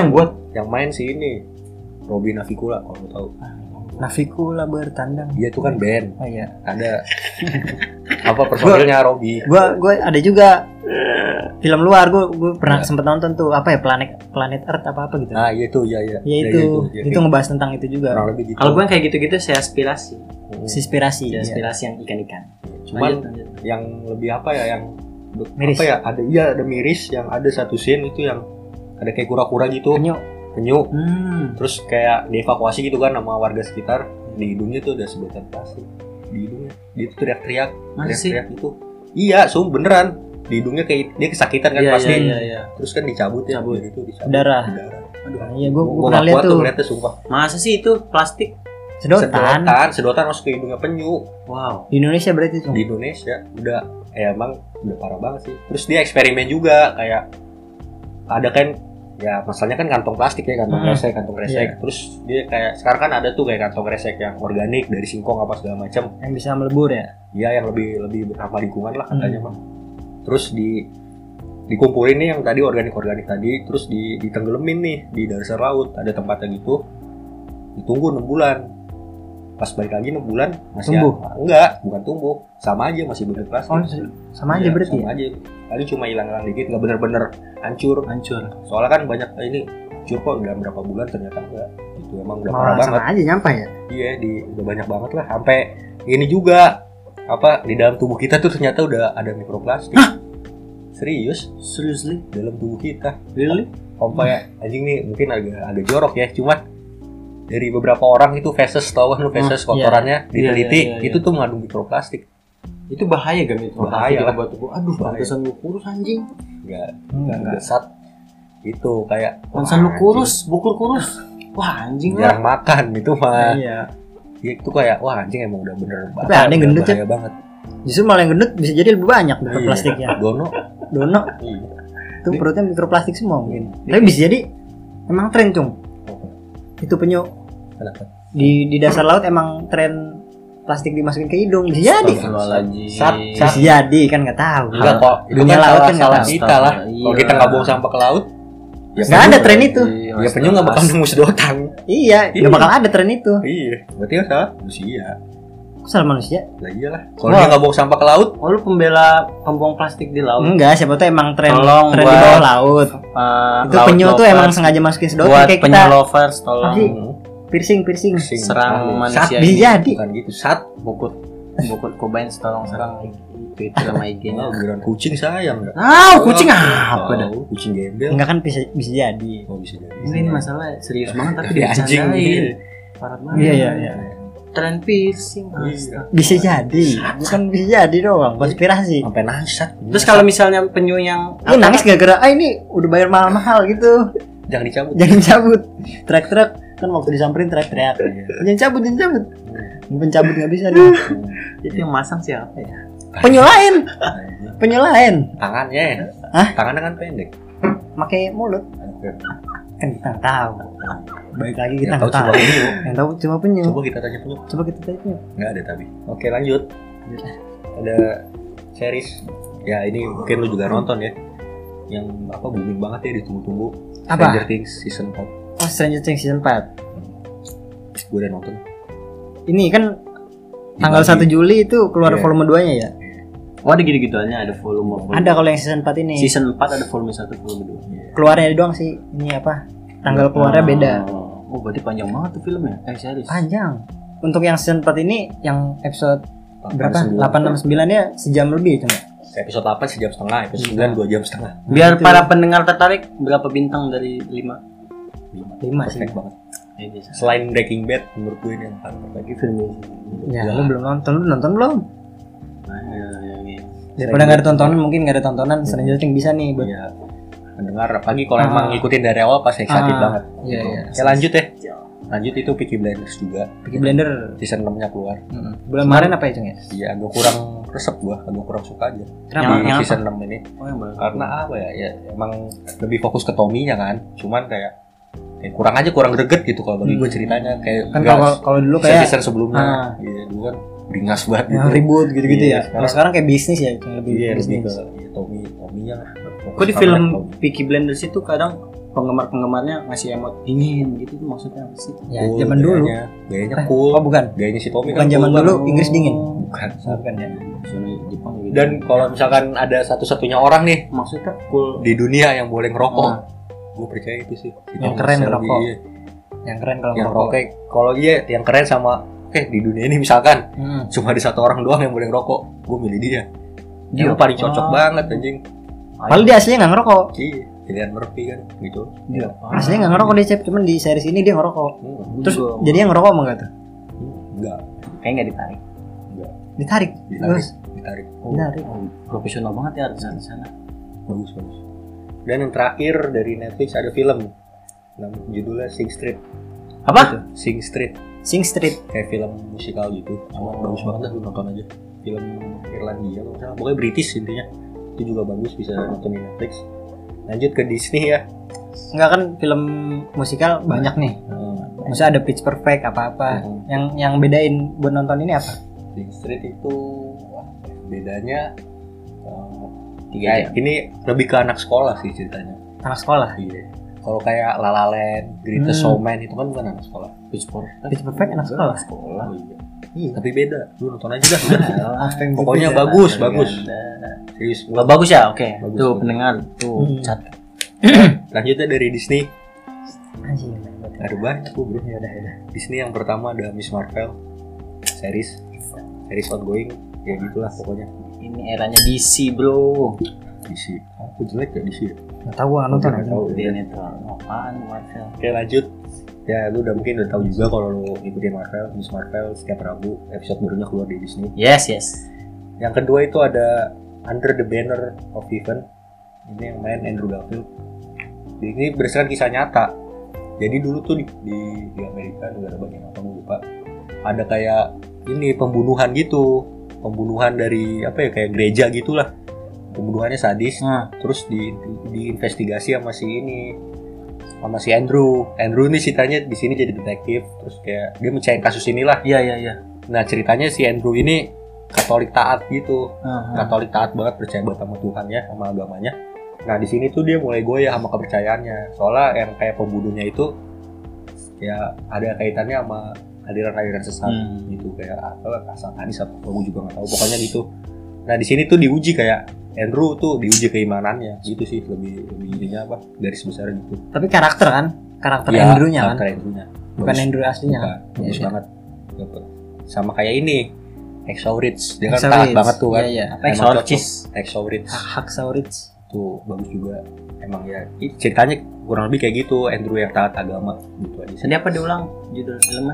A: Yang main si ini Robby Navicula kalau lu tahu.
B: Navicula bertandang.
A: Dia itu kan band.
B: Oh iya.
A: Ada apa personilnya Robby.
B: Gua gua ada juga film luar, gua gua pernah
A: Ya.
B: sempet nonton tuh apa ya Planet Planet Earth apa apa gitu.
A: Nah, iya itu ya ya.
B: Ya
A: Ya,
B: itu,
A: ya,
B: itu ngebahas tentang itu juga.
A: kurang lebih gitu.
C: Kalau gue yang kayak gitu-gitu saya aspirasi.
A: Hmm.
B: Inspirasi.
C: Saya
B: ya.
C: aspirasi yang ikan-ikan.
A: Cuman
C: Lanjut, lanjut.
A: yang lebih apa ya yang
B: Miris.
A: apa ya ada iya ada miris yang ada satu scene itu yang ada kayak kura-kura gitu
B: Penyu.
A: penyu
C: Hmm.
A: terus kayak dievakuasi gitu kan sama warga sekitar di hidungnya tuh ada sedotan plastik di hidungnya dia tuh teriak-teriak
C: Masa sih?
A: teriak-teriak itu iya sum beneran di hidungnya kayak dia kesakitan kan
C: Iya,
A: pasti
C: iya, iya, iya.
A: terus kan dicabut ya
C: Cabut.
A: itu dicabut
B: Darah.
A: darah
B: Aduh, iya gua, gua
A: gua
B: pernah
A: nggak
B: lihat
A: kuat tuh
B: tuh.
A: ngeliatnya sumpah
C: Masa sih itu plastik?
B: Sedotan.
A: sedotan sedotan masuk ke hidungnya penyu
C: Wow.
B: Di Indonesia berarti tuh.
A: di Indonesia udah ya emang udah parah banget sih terus dia eksperimen juga kayak ada kan ya masalahnya kan kantong plastik ya kantong
B: Hmm.
A: kresek kantong kresek
B: Iya.
A: terus dia kayak sekarang kan ada tuh kayak kantong kresek yang organik dari singkong apa segala macam
B: Yang bisa melebur ya.
A: ya yang lebih lebih ramah lingkungan lah katanya
B: Hmm.
A: mah terus di dikumpulin nih yang tadi organik organik tadi terus di ditenggelamin nih di dasar laut ada tempatnya gitu ditunggu enam bulan pas balik lagi enam bulan masih
B: Tumbuh?
A: ada- enggak bukan tumbuh sama aja masih bener plastik.
B: Oh, sama aja
A: Iya,
B: berarti
A: sama
B: ya.
A: aja paling cuma hilang-hilang dikit nggak bener-bener hancur
C: Hancur.
A: soalnya kan banyak eh, ini hancur kok dalam berapa bulan ternyata enggak itu emang udah parah
B: Malah
A: banget
B: sama aja nyampe ya.
A: iya di udah banyak banget lah sampai ini juga apa di dalam tubuh kita tuh ternyata udah ada mikroplastik. Serius
C: Seriously?
A: dalam tubuh kita
C: Really?
A: sampai anjing nih mungkin agak agak jorok ya cuman dari beberapa orang itu feses tau kan lu feses
B: Hmm,
A: kotorannya
C: iya.
A: diteliti
C: Iya, iya, iya,
A: itu tuh mengandung mikroplastik
C: Itu bahaya gak itu?
A: Bahaya lah.
C: buat tubuh. Aduh,
A: Bahaya.
C: pantesan lu kurus anjing.
A: enggak
B: Enggak,
A: enggak besar itu kayak wah,
C: Pantesan lu
A: anjing,
C: kurus, bukur kurus. Wah, anjing lah.
A: jarang makan itu mah
B: Iya.
A: ya, itu kayak wah anjing emang udah bener
B: Tapi ada yang gendut,
A: bahaya banget
B: Justru malah yang gendut bisa jadi lebih banyak mikroplastiknya.
A: Iya. Dono
B: Dono
A: iya.
B: itu perutnya mikroplastik semua mungkin. Tapi bisa jadi emang tren cung. Itu penyu
A: Kenapa?
B: di di dasar laut emang tren plastik dimasukin ke hidung bisa jadi.
C: Astagfirullahaladzim.
A: Sat,
B: Bisa jadi kan nggak tahu.
A: enggak kok itu
B: Dunia
A: kan
B: laut
A: salah,
B: kan nggak
A: salah
B: tahu.
A: kita lah
C: Iya.
A: kalau kita nggak buang sampah ke laut ya
B: Nggak ada
A: penyu-
B: tren itu.
A: ya penyu nggak bakal nemu sedotan
B: Iya,
A: Iya.
B: nggak bakal ada tren itu.
A: iya berarti kan salah manusia
B: Kok salah manusia?
A: lah iyalah kalau
B: Wah.
A: dia nggak buang sampah ke laut
C: Oh, lu pembela pembuang plastik di laut.
B: Enggak, siapa tahu emang tren
C: Tolong
B: tren di
C: buat-
B: bawah laut.
C: Uh,
B: Itu
C: laut
B: penyu tuh
C: lovers.
B: emang sengaja masukin sedotan
C: buat
B: kayak
C: penyu
B: kita
C: lovers tolong
B: Apa sih? piercing piercing.
A: Sing,
C: serang
A: ah,
C: manusia
A: sat,
C: ini.
B: Bisa jadi.
A: bukan gitu sat
C: Bukut bukut Cobain tolong serang Twitter sama I G-nya.
A: oh, bilang kucing sayang nggak
C: Ah, kucing apa dah?
A: Tahu, kucing gembel
B: Enggak kan bisa bisa jadi.
A: oh bisa jadi
C: Ini masalah serius banget tapi
A: Ya, anjing.
C: dibercandain. Parah banget.
B: Iya iya iya.
C: Tren piercing.
A: Iya.
C: astaga.
B: Bisa jadi. Bukan bisa jadi doang, konspirasi.
A: sampai nangis sat
C: Terus kalau misalnya penyu yang
B: Lu nangis gara-gara ah ini udah bayar mahal-mahal gitu.
A: jangan dicabut
B: Jangan cabut. Teriak-teriak kan waktu disamperin teriak-teriak. Jangan cabut, jangan cabut. Pencabut nggak bisa nih.
C: itu yang masang siapa ya?
B: Penyu lain, penyu lain.
A: tangannya
B: Hah?
A: tangannya kan pendek
B: Pakai mulut. Kan kita nggak tahu. Baik lagi kita
A: yang tahu
B: nggak tahu.
A: cuma penyu
B: Yang tahu cuma penyu.
A: coba kita tanya penyu
B: Coba kita tanya.
A: nggak ada tapi oke lanjut ada series ya ini mungkin lu juga nonton ya yang apa booming banget ya ditunggu-tunggu
B: Apa?
A: Stranger Things season empat
B: Oh, Stranger Things season empat.
A: gue udah nonton
B: Ini kan tanggal
A: Dibagi.
B: satu Juli itu keluar
A: Iya.
B: volume dua-nya ya.
C: Oh, ada gitu-gituannya, ada volume, volume.
B: Ada kalau yang season empat ini.
C: Season empat ada volume satu, volume dua.
B: Keluarnya doang sih. Ini apa? Tanggal keluarnya beda.
C: Oh, berarti panjang banget tuh filmnya. Eh, series.
B: Panjang. Untuk yang season empat ini yang episode berapa?
A: sembilan.
B: delapan enam sembilan ya sejam lebih cuma.
A: Episode delapan sejam setengah, episode sembilan dua jam setengah.
C: Biar
B: Itu.
C: para pendengar tertarik, berapa bintang dari lima?
B: lima sih.
A: Perfect banget.
C: Ya, biasa.
A: Selain Breaking Bad, menurut gue ini yang paling perfect.
C: Lagi film ini.
B: Ya,
A: Iya.
B: lu belum nonton, lu nonton belum?
C: Nah, ya, ya, ya.
B: Daripada nggak ada tontonan, mungkin nggak ada tontonan, Stranger Things bisa nih buat.
A: Iya. Mendengar, apalagi kalau
B: Ah.
A: emang ngikutin dari awal pas excited
B: Ah,
A: banget.
B: iya,
A: Gitu.
B: iya.
A: Oke, lanjut ya. Lanjut itu Peaky Blinders juga.
B: Peaky Blender.
A: Season enam-nya keluar.
B: Mm-mm. Bulan kemarin apa itu ya?
A: Iya, agak kurang resep gua, agak kurang suka aja.
B: Kenapa?
A: Di
C: Yang
A: season enam ini.
C: Oh, yang baru.
A: Karena apa ya? Ya emang lebih fokus ke Tommy-nya kan. Cuman kayak kayak kurang aja kurang greget gitu kalau bagi gue
B: Hmm.
A: ceritanya kayak
B: Kan
A: nggak
B: kalau kalau dulu kayak
A: season sebelumnya.
B: Ah.
A: Iya, dulu kan beringas banget
B: yang
A: gitu.
B: ribut gitu-gitu
A: Iya,
B: ya.
A: sekarang-
B: Kalau sekarang kayak bisnis ya, yang lebih
A: Iya, lebih
B: bisnis.
A: ke ya, Tommy, Tommy-nya.
C: Kok di film Peaky Blinders itu kadang penggemar-penggemarnya ngasih emot dingin gitu tuh maksudnya apa sih?
B: Ya,
A: Cool,
B: zaman dulu.
A: gayanya, gayanya
B: Eh,
A: cool.
B: Oh, bukan.
A: Gayanya si Tommy
B: Bukan
A: kan
B: zaman
A: cool
B: dulu
A: banget.
B: Inggris dingin.
A: Bukan.
B: Bukan ya.
C: Zona Jepang gitu.
A: Dan kalau misalkan ada satu-satunya orang nih
C: maksudnya cool
A: di dunia yang boleh ngerokok,
C: Ah.
A: gue percaya itu sih. Si
B: Yang
A: Thomas
B: keren
A: Shelby,
B: ngerokok.
A: iya.
B: Yang keren kalau
A: Yang
B: ngerokok.
A: rokok, kalau iya yang keren sama oke di dunia ini misalkan
B: Hmm.
A: cuma ada satu orang doang yang boleh ngerokok, gue milih dia. Dia
C: Iya.
A: paling cocok
C: Ah.
A: banget anjing.
B: Padahal dia aslinya nggak ngerokok.
A: Iya, pilihan Murphy kan gitu.
C: Iya.
B: Aslinya nggak ngerokok dia, Cep. Cuman di series ini dia ngerokok.
A: Hmm,
B: Terus
C: juga-
B: jadi yang ngerokok emang nggak tuh?
A: enggak,
C: kayak nggak ditarik.
A: enggak.
B: Ditarik.
A: Ditarik,
B: Terus
A: ditarik.
C: Oh,
B: Ditarik.
C: oh, profesional banget ya artis di sana.
A: Bagus, bagus. Dan yang terakhir dari Netflix ada film. Nama judulnya Sing Street.
C: Apa?
A: Sing Street.
B: Sing Street.
A: Kayak film musikal gitu. Cuma
C: Oh.
A: bagus banget dah, lu nonton aja. Film Irlandia kalau nggak salah. Pokoknya British intinya. Itu juga bagus, bisa nonton di Netflix. Lanjut ke Disney ya.
B: Enggak kan film musikal banyak nih.
A: Hmm.
B: Maksudnya ada Pitch Perfect apa-apa.
A: Hmm.
B: Yang yang bedain buat nonton ini apa?
A: Sing Street itu wah, bedanya eh,
C: Tiga
A: ya,
C: jam.
A: ini lebih ke anak sekolah sih ceritanya.
B: Anak sekolah.
A: Iya. Kalau kayak La La Land, Greatest
B: Hmm.
A: Showman itu kan bukan anak sekolah.
C: Pitch Perfect.
B: Pitch Perfect anak sekolah.
C: Sekolah.
A: Oh, iya.
B: Iya.
A: Tapi beda. Lu nonton aja dah. udah.
B: Apa yang
A: Pokoknya
B: berbeda?
A: bagus, bagus. Serius.
C: Oh, bagus ya, oke.
A: Bagus,
C: Tuh
A: bagus.
C: pendengar, tuh
B: Hmm.
C: catat.
A: Lanjutnya dari Disney.
B: Anjing.
A: Ada banyak tuh bro.
B: Ya udah, ya udah.
A: Disney yang pertama ada Miss Marvel. Series. Series ongoing. Ya gitulah pokoknya.
C: Ini eranya D C, bro.
A: D C. Aku jelek ya D C.
B: Nggak tahu gua nggak nonton.
A: Nggak
B: aja.
A: tahu.
C: Dia netral. Apaan Marvel?
A: Oke lanjut. Ya lu udah mungkin udah tahu juga kalau lu ngikutin Marvel. Miss Marvel setiap Rabu episode barunya keluar di Disney.
C: Yes, yes.
A: Yang kedua itu ada Under the Banner of Heaven. Ini yang main Andrew Garfield. Ini berdasarkan kisah nyata. Jadi dulu tuh di, di, di Amerika, negara bagian apa gue lupa, ada kayak ini pembunuhan gitu, pembunuhan dari apa ya kayak gereja gitulah. Pembunuhannya sadis.
C: Nah,
A: Terus di, di diinvestigasi sama si ini, sama si Andrew. Andrew ini ceritanya di sini jadi detektif. Terus kayak dia mencairkan kasus inilah.
C: iya iya iya.
A: Nah ceritanya si Andrew ini Katolik taat gitu.
C: Nah,
A: Katolik taat banget, percaya banget sama Tuhan ya, sama agamanya. Nah di sini tuh dia mulai goyah sama kepercayaannya. Soalnya yang kayak pembunuhnya itu ya ada kaitannya sama aliran-aliran sesat
C: Hmm.
A: gitu, kayak apa satanis atau apa gue juga nggak tahu. Pokoknya gitu. Nah di sini tuh diuji kayak Andrew tuh diuji keimanannya gitu sih, lebih lebih ininya apa garis besar gitu.
B: Tapi karakter kan? Karakter
A: Ya,
B: Andrew-nya kan?
A: karakter Andrew-nya.
B: Bukan
A: Bagus.
B: Andrew aslinya kan?
A: Bukan, bagus
B: Iya,
A: banget. Dapet. Sama kayak ini Hacksaw Ridge, dia kan
B: Hacksaw
A: taat
B: Ridge.
A: banget tuh kan.
B: Iya, iya.
C: apa
A: Emang
C: Exorcist?
A: cocok. Hacksaw Ridge
B: Hacksaw Ridge.
A: tuh bagus juga. Emang ya i- ceritanya kurang lebih kayak gitu, Andrew yang taat agama gitu aja sih.
C: Tadi apa diulang judul filmnya?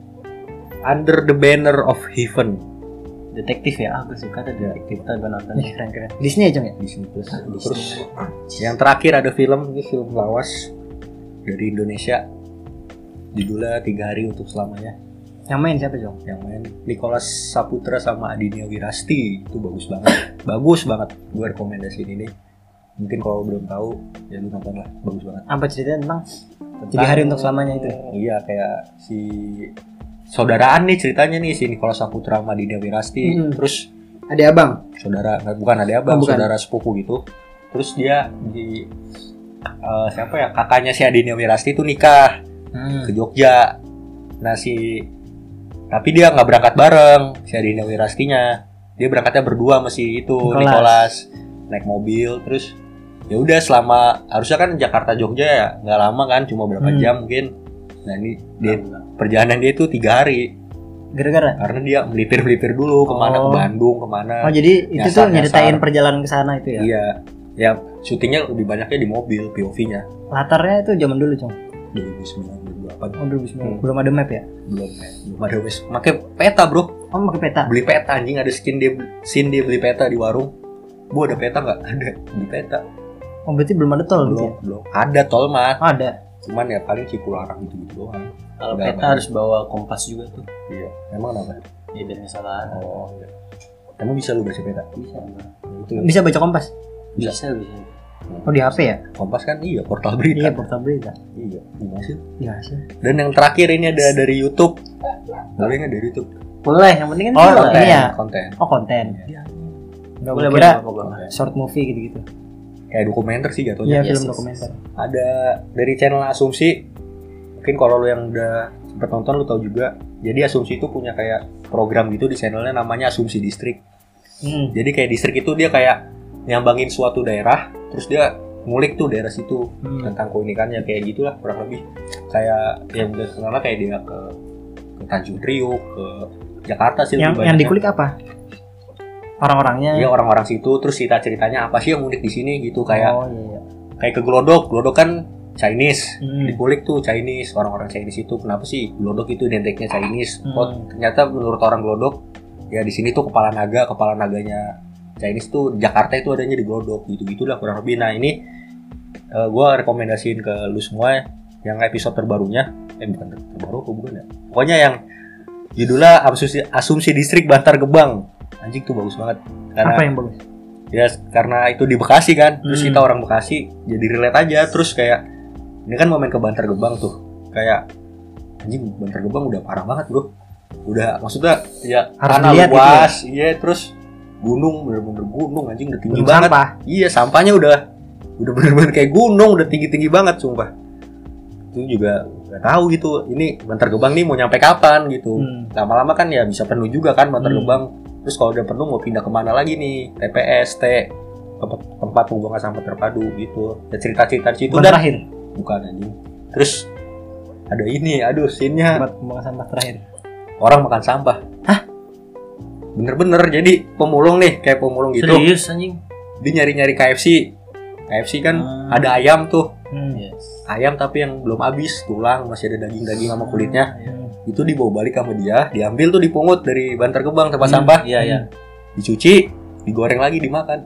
A: Under the Banner of Heaven.
C: Detektif ya? Ah, gue suka tuh detektif. Kita gue nonton.
B: Ih, keren keren. Disney aja ya?
A: Disney Plus.
C: Disney.
A: Terus yang terakhir ada film, ini film lawas dari Indonesia. Judulnya Tiga Hari Untuk Selamanya.
B: Yang main siapa Jong?
A: Yang main Nicholas Saputra sama Adinia Wirasti. Itu bagus banget. Bagus banget. Gue rekomendasiin ini. Mungkin kalau belum tahu ya lu nonton lah. Bagus banget.
B: Apa ceritanya tentang Tiga Hari Untuk Selamanya itu?
A: Iya kayak si saudaraan nih ceritanya nih, si Nicholas Saputra sama Adinia Wirasti.
B: Hmm.
A: Terus
B: Ada abang.
A: saudara nggak- bukan ada abang,
B: Oh, bukan.
A: saudara sepupu gitu. Terus dia di eh, siapa ya kakaknya si Adinia Wirasti itu nikah
B: Hmm.
A: ke Jogja. Nah si tapi dia nggak berangkat bareng si Adinia Wirastinya. Dia berangkatnya berdua sama si itu
B: Nicholas.
A: Nicholas naik mobil. Terus ya udah selama harusnya kan Jakarta Jogja ya nggak lama kan, cuma berapa
B: Hmm.
A: jam mungkin. Nah ini dia perjalanan dia itu tiga hari
B: Gara-gara?
A: karena dia melipir-melipir dulu kemana
B: Oh.
A: ke Bandung kemana.
B: Oh jadi itu
A: Nyasar,
B: tuh nyeritain
A: nyasar.
B: perjalanan ke sana itu ya?
A: Iya, ya syutingnya lebih banyaknya di mobil, P O V-nya.
B: Latarnya itu zaman dulu Jong?
A: dua ribu sembilan, dua ribu delapan
B: Oh dua ribu sembilan.
A: Hmm.
B: Belum ada map ya?
A: belum, belum ada wes. Pakai peta bro,
B: Oh pakai peta?
A: beli peta anjing, ada skin dia, scene dia beli peta di warung. Bu ada peta nggak? Ada, beli peta.
B: Oh berarti belum ada tol gitu
A: Belum,
B: ya?
A: belum. Ada tol mah,
B: Oh ada.
A: cuman ya paling Cipularang gitu-gitu doang.
C: Kalau
A: Nggak
C: peta
A: banyak.
C: harus bawa kompas juga tuh.
A: Iya, emang kenapa?
C: Ya biar nggak salah.
A: Oh, iya. Emang bisa lu baca peta?
C: Bisa, Bang.
A: Ya, itu
B: Bisa baca kompas?
C: bisa, bisa.
B: Oh di H P ya?
A: Kompas kan iya, portal berita.
B: Iya portal berita.
A: Iya, gimana sih?
B: Iya sih.
A: Dan yang terakhir ini ada dari YouTube. Boleh nggak dari YouTube?
C: Boleh, yang penting kan
B: Oh,
C: boleh.
B: ini ya?
A: Konten.
B: Oh konten.
A: Iya.
B: Nggak
C: Boleh,
B: kira
C: boleh, boleh.
B: short movie gitu-gitu.
A: kayak dokumenter sih
B: Iya,
A: jatuhnya.
B: film
C: Yes, yes.
B: dokumenter.
A: Ada dari channel Asumsi. Mungkin kalau lu yang udah sempet nonton lu tahu juga. Jadi Asumsi itu punya kayak program gitu di channelnya namanya Asumsi Distrik.
B: Hmm.
A: Jadi kayak distrik itu dia kayak nyambangin suatu daerah, terus dia ngulik tuh daerah situ
B: Hmm.
A: tentang keunikannya kayak gitulah kurang lebih. Kayak yang udah kenal kayak dia ke, ke Tanjung Priok, ke Jakarta sih.
B: Yang
A: lebih
B: yang
A: banyaknya.
B: dikulik apa? Orang-orangnya.
A: Iya orang-orang situ, terus cerita-ceritanya apa sih yang unik di sini gitu kayak
B: Oh iya. iya.
A: kayak ke Glodok, Glodok kan Chinese,
B: Hmm.
A: dikulik tuh Chinese, orang-orang Chinese itu kenapa sih Glodok itu identiknya Chinese?
B: Hmm.
A: Oh ternyata menurut orang Glodok ya di sini tuh kepala naga, kepala naganya Chinese tuh di Jakarta itu adanya di Glodok, gitu-gitulah kurang lebih. Nah ini uh, gue rekomendasiin ke lu semua yang episode terbarunya, eh bukan ter- terbaru apa bukan ya? Pokoknya yang judulnya Asumsi, Asumsi Distrik Bantar Gebang, anjing tuh bagus banget. Karena
B: Apa yang bagus?
A: ya karena itu di Bekasi kan, terus
B: Hmm.
A: kita orang Bekasi jadi relate aja, terus kayak ini kan momen ke Bantar Gebang tuh, kayak anjing Bantar Gebang udah parah banget bro, udah maksudnya ya
B: Harus
A: tanah
B: dilihat gitu
A: luas, iya terus gunung bener-bener gunung anjing udah tinggi
B: Belum
A: banget,
B: sampah.
A: iya sampahnya udah udah bener-bener kayak gunung, udah tinggi-tinggi banget sumpah. Itu juga nggak tahu gitu, ini Bantar Gebang nih mau nyampe kapan gitu,
B: Hmm.
A: lama-lama kan ya bisa penuh juga kan Bantar
B: Hmm.
A: Gebang. Terus kalau udah penuh mau pindah kemana lagi nih? T P S, T, tempat, tempat pembuangan sampah terpadu gitu. Ya cerita-cerita di situ
B: Bukan
A: dan
B: terakhir.
A: bukan anjing. Terus ada ini, aduh scene-nya
B: Tempat pembuangan sampah terakhir.
A: orang makan sampah. Hah? Bener-bener jadi pemulung nih, kayak pemulung gitu.
C: Serius anjing.
A: Dia nyari-nyari K F C. K F C kan
C: Hmm.
A: ada ayam tuh.
B: Hmm.
C: Yes.
A: Ayam tapi yang belum habis, tulang masih ada daging-daging sama kulitnya.
B: Hmm.
A: Itu dibawa balik sama dia, diambil tuh dipungut dari Bantar Gebang tempat
C: Hmm,
A: sampah.
C: Iya, iya.
A: Dicuci, digoreng lagi, dimakan.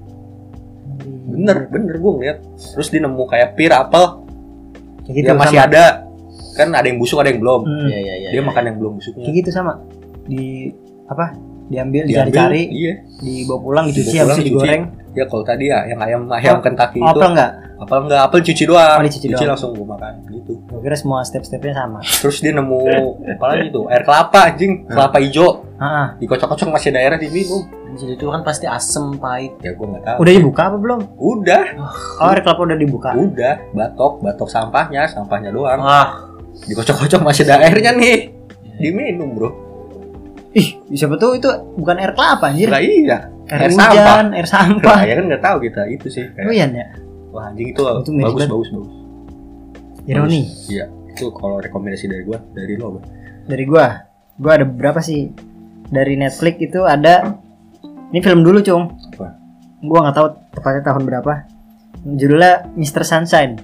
A: Bener, bener gue ngeliat. Terus dia nemu kayak pir, apel,
B: Kayak gitu
A: dia masih
B: sama.
A: ada. Kan ada yang busuk, ada yang belum.
B: Hmm.
C: Iya, iya, iya.
A: Dia
C: iya.
A: makan yang belum busuknya.
B: Kayak gitu sama. Di apa? Diambil,
A: Diambil,
B: dicari-cari,
A: iya.
B: dibawa pulang, dicuci,
A: Dibawa pulang,
B: habis itu
A: dicuci.
B: digoreng.
A: Ya kalau tadi ya, yang ayam ayam
B: Oh,
A: Kentucky
B: Oh,
A: itu.
B: apa enggak?
A: Apel enggak, apel cuci doang.
B: Oh, dicuci doang.
A: langsung gue makan gitu.
B: Gue kira semua step-stepnya sama.
A: Terus dia nemu apa lagi tuh? Air kelapa anjing, kelapa hijau.
B: Heeh.
A: Dikocok-kocok masih daerah diminum.
C: Jadi itu kan pasti asem, pahit.
A: Ya gue nggak tahu.
B: Udah dibuka apa belum?
A: Udah,
B: Oh, air kelapa udah dibuka.
A: udah. Batok, batok sampahnya, sampahnya doang.
C: Wah,
A: Dikocok-kocok masih ada airnya nih. Diminum bro.
B: Ih, siapa tuh itu bukan air kelapa anjir.
A: Lah iya.
B: Air,
A: air
B: hujan,
A: sampah.
B: air sampah.
A: Ya kan nggak tahu kita itu sih. Kayak,
B: Oh iya ya.
A: wah anjing itu,
B: Itu mirip
A: bagus
B: banget.
A: bagus bagus.
B: Ironi.
A: Bagus. Iya. Itu kalau rekomendasi dari gua, dari lo apa?
B: Dari gua, gua ada beberapa sih. Dari Netflix itu ada. Ini film dulu, Cung.
A: Apa?
B: Gua nggak tahu tepatnya tahun berapa. Judulnya mister Sunshine.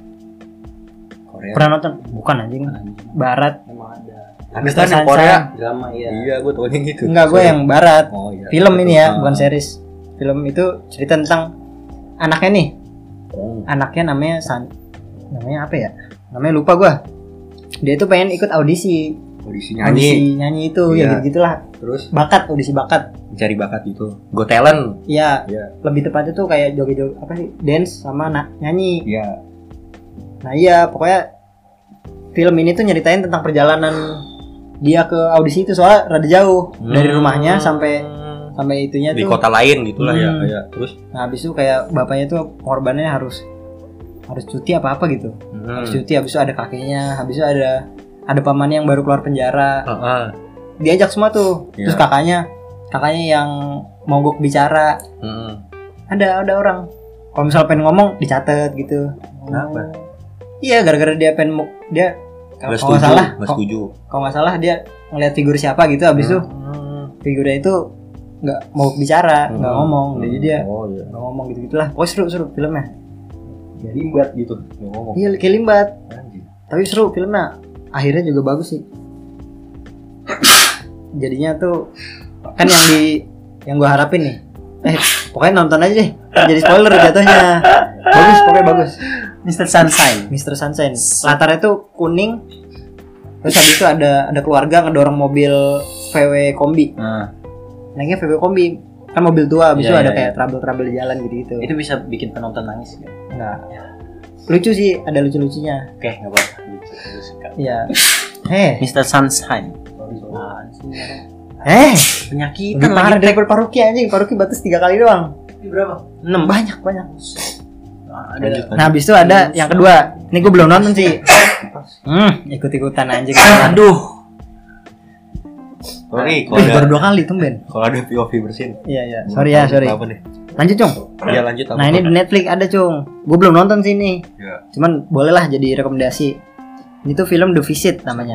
A: Korea.
B: Pernah nonton? Bukan anjing. Barat.
C: emang ada.
A: Ada
B: mister
A: kan yang
B: Sunshine.
A: Korea?
C: Drama iya.
A: Iya, gua tahu yang gitu.
B: Enggak, gua
A: Sorry.
B: yang barat.
A: Oh iya.
B: Film ini ya,
A: Ah.
B: bukan series. Film itu cerita tentang anaknya nih.
A: Oh.
B: Anaknya namanya San. Namanya apa ya? Namanya lupa gua. Dia tuh pengen ikut audisi.
A: Audisi
B: Audisi
A: nyanyi.
B: nyanyi itu
A: Iya.
B: ya gitu-gitulah.
A: Terus
B: Bakat, audisi bakat.
A: mencari bakat gitu. Go talent.
B: Iya,
A: Iya.
B: lebih tepatnya tuh kayak joget-joget apa sih? Dance sama na- nyanyi.
A: Iya.
B: Nah, iya, pokoknya film ini tuh nyeritain tentang perjalanan dia ke audisi itu soalnya rada jauh dari rumahnya sampai sampai itunya
A: di
B: tuh.
A: kota lain gitulah ya
B: Hmm.
A: kayak terus
B: Nah, habis itu kayak bapaknya tuh korbannya harus harus cuti apa apa gitu.
A: hmm.
B: Harus cuti, habis itu ada kakeknya, habis itu ada ada pamannya yang baru keluar penjara.
A: Heeh.
B: Diajak semua tuh.
A: Iya.
B: Terus kakaknya kakaknya yang mogok bicara.
A: Heeh.
B: Ada ada orang. Kalau misalnya pengen ngomong dicatat gitu.
A: Kenapa?
B: Iya, gara-gara dia pengen mo- dia
A: Nggak
B: kalau nggak
A: setuju,
B: salah
A: nggak
B: kalau
A: setuju.
B: kalau nggak salah dia ngeliat figur siapa gitu, habis itu
A: Hmm.
B: figurnya itu nggak mau bicara, nggak
A: Hmm.
B: ngomong, jadi dia
A: Oh iya.
B: nggak ngomong gitu gitulah. Pokoknya seru seru filmnya.
A: Jadi buat gitu nggak ngomong.
B: Iya, kayak limbat.
A: Anjir.
B: Tapi seru filmnya. Akhirnya juga bagus sih. Jadinya tuh kan yang di yang gua harapin nih. Eh, pokoknya nonton aja deh. Jadi spoiler jatuhnya. Bagus, pokoknya bagus.
C: mister Sunshine.
B: mister Sunshine. Latarnya tuh kuning. Terus habis itu ada ada keluarga ngedorong mobil V W kombi.
C: Nah,
B: Naiknya V W kombi. Kan mobil tua, habis
C: Iya,
B: itu ada
C: iya,
B: kayak
C: iya.
B: trouble-trouble di jalan gitu-gitu.
C: itu bisa bikin penonton nangis kan?
B: Enggak. Lucu sih, ada lucu-lucunya.
C: Oke, enggak apa-apa. Lucu, lucu sekali.
B: Iya. Eh,
C: mister Sunshine. Apaan sih?
B: eh,
C: Penyakitan
B: lebih parah
C: lagi.
B: daripada Paruki anjing. Paruki batas tiga kali doang.
C: Berapa?
B: enam banyak banyak.
C: Ada.
B: Nah habis itu ada yang kedua. Ini gue belum nonton sih. Hmm, ikut-ikutan anjing.
C: Aduh.
A: Sorry,
B: Gue baru dua kali tuh Ben.
A: kalau ada P O V bersin.
B: Iya iya. Sorry ya sorry.
A: Apa nih?
B: Lanjut Cung.
A: Ya lanjut apa?
B: Nah ini di Netflix ada Cung. Gue belum nonton sih ini.
A: Ya.
B: Cuman bolehlah jadi rekomendasi. Ini tuh film The Visit namanya.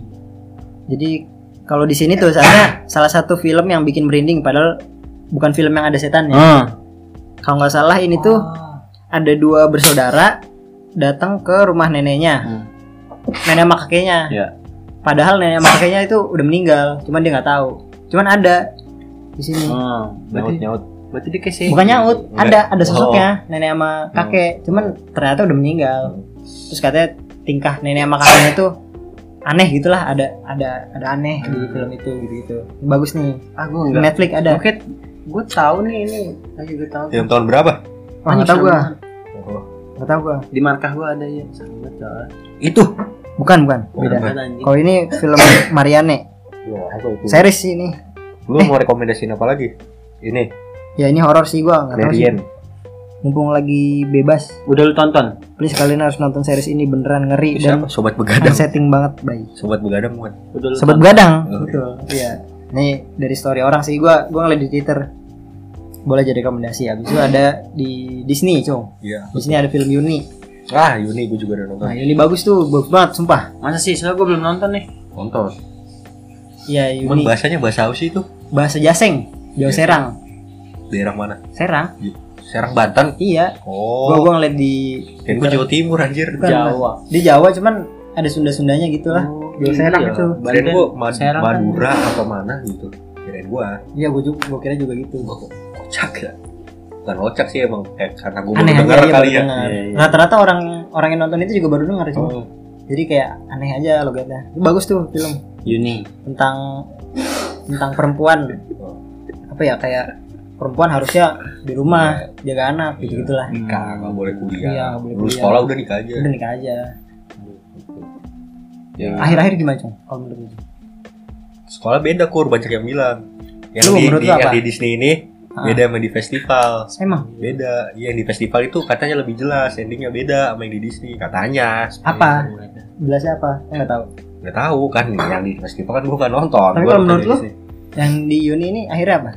B: Jadi kalau di sini tuh soalnya salah satu film yang bikin merinding padahal bukan film yang ada setannya.
C: Hmm.
B: Kalau nggak salah ini tuh ada dua bersaudara datang ke rumah neneknya.
C: Hmm.
B: Nenek sama kakeknya.
C: Ya.
B: Padahal nenek sama kakeknya itu udah meninggal, cuman dia nggak tahu. Cuman ada di sini.
C: Hmm. Nyaut nyaut. Berarti dia kayak
B: Bukan nyaut,
A: Enggak.
B: ada ada sosoknya nenek sama kakek. Cuman ternyata udah meninggal. Terus katanya tingkah nenek sama kakeknya tuh aneh gitulah, ada ada ada aneh di film itu gitu-gitu. Bagus nih.
C: Ah gue
B: Di
C: enggak.
B: Netflix ada.
C: Oke, gue tahu nih ini. Lagi gue tahu.
A: Yang tahun berapa?
B: Wah, nggak tahu gua.
A: Oh.
B: Nggak tahu gua.
C: Di markah gue ada ya. Sangat salah.
A: Itu.
B: Bukan, bukan.
A: Oh,
B: Beda.
A: bukan.
C: Anjing.
B: Kalau ini film Marianne.
A: Ya, apa itu?
B: Series sih ini.
A: Lu mau rekomendasiin apa lagi? Ini,
B: Ya ini horor sih gua nggak tahu sih.
A: Marian.
B: Mumpung lagi bebas,
C: Udah lu tonton?
B: please kalian harus nonton series ini beneran ngeri dan
A: Siapa? Sobat begadang.
B: setting banget baik.
A: Sobat begadang bukan?
C: Udah lu
B: Sobat
C: tonton?
B: begadang.
A: Oh,
B: Betul. Iya. Nih dari story orang sih gua gua ngeliat di Twitter. Boleh jadi rekomendasi. Habis itu ada di Disney, Cung.
A: Iya.
B: Di sini ada film Yuni.
A: Ah, Yuni gue juga udah nonton.
B: Nah, Yuni bagus tuh, bagus banget sumpah.
C: Masa sih? Soalnya gue belum nonton nih.
A: Nonton.
B: Iya,
A: Cuman
B: Yuni.
A: bahasanya bahasa apa sih itu?
B: Bahasa Jaseng, Jawa
A: Iya.
B: Serang.
A: Daerah mana?
B: Serang.
A: Serang Banten.
B: Iya.
A: Oh.
B: Gua gua ngeliat di
A: Kayak gue Jawa Timur anjir.
B: Bukan,
C: Jawa.
B: Di Jawa cuman ada Sunda-Sundanya gitu lah. Jawa Serang
C: iya.
B: itu.
A: Kirain gue Mad-
C: Serang kan.
A: Madura apa mana gitu. Kirain gue.
B: Iya, gua juga gua kira juga gitu.
A: Kocak ya. Bukan kocak sih emang kayak karena gue baru
B: Aneh aja
A: denger
B: ya,
A: kali
B: baru
A: ya.
B: dengar.
C: Iya, iya.
B: Rata-rata orang orang yang nonton itu juga baru dengar cuma.
A: Oh.
B: Jadi kayak aneh aja logatnya. Bagus tuh film
C: Yuni.
B: tentang tentang perempuan. Apa ya kayak perempuan harusnya di rumah jaga anak gitu gitulah.
A: Nikah nggak boleh kuliah.
B: Iya, nggak boleh
A: Lu
B: kuliah.
A: sekolah udah nikah aja.
B: Udah nikah aja.
A: Ya.
B: Akhir-akhir gimana Cung? Kalau menurut lu?
A: Sekolah beda kur banyak yang bilang. Yang
B: Lu,
A: di,
B: menurut
A: di,
B: lu
A: yang
B: apa?
A: di Disney ini
B: Ah.
A: beda sama di festival.
B: Emang
A: Beda. Iya yang di festival itu katanya lebih jelas, endingnya beda sama yang di Disney katanya.
B: Apa? jelasnya apa? Enggak tahu.
A: Nggak tahu kan yang di festival kan gue nggak nonton.
B: Tapi
A: Gua
B: kalau
A: nonton
B: menurut
A: di
B: lu?
A: Disney.
B: Yang di Yuni ini akhirnya apa?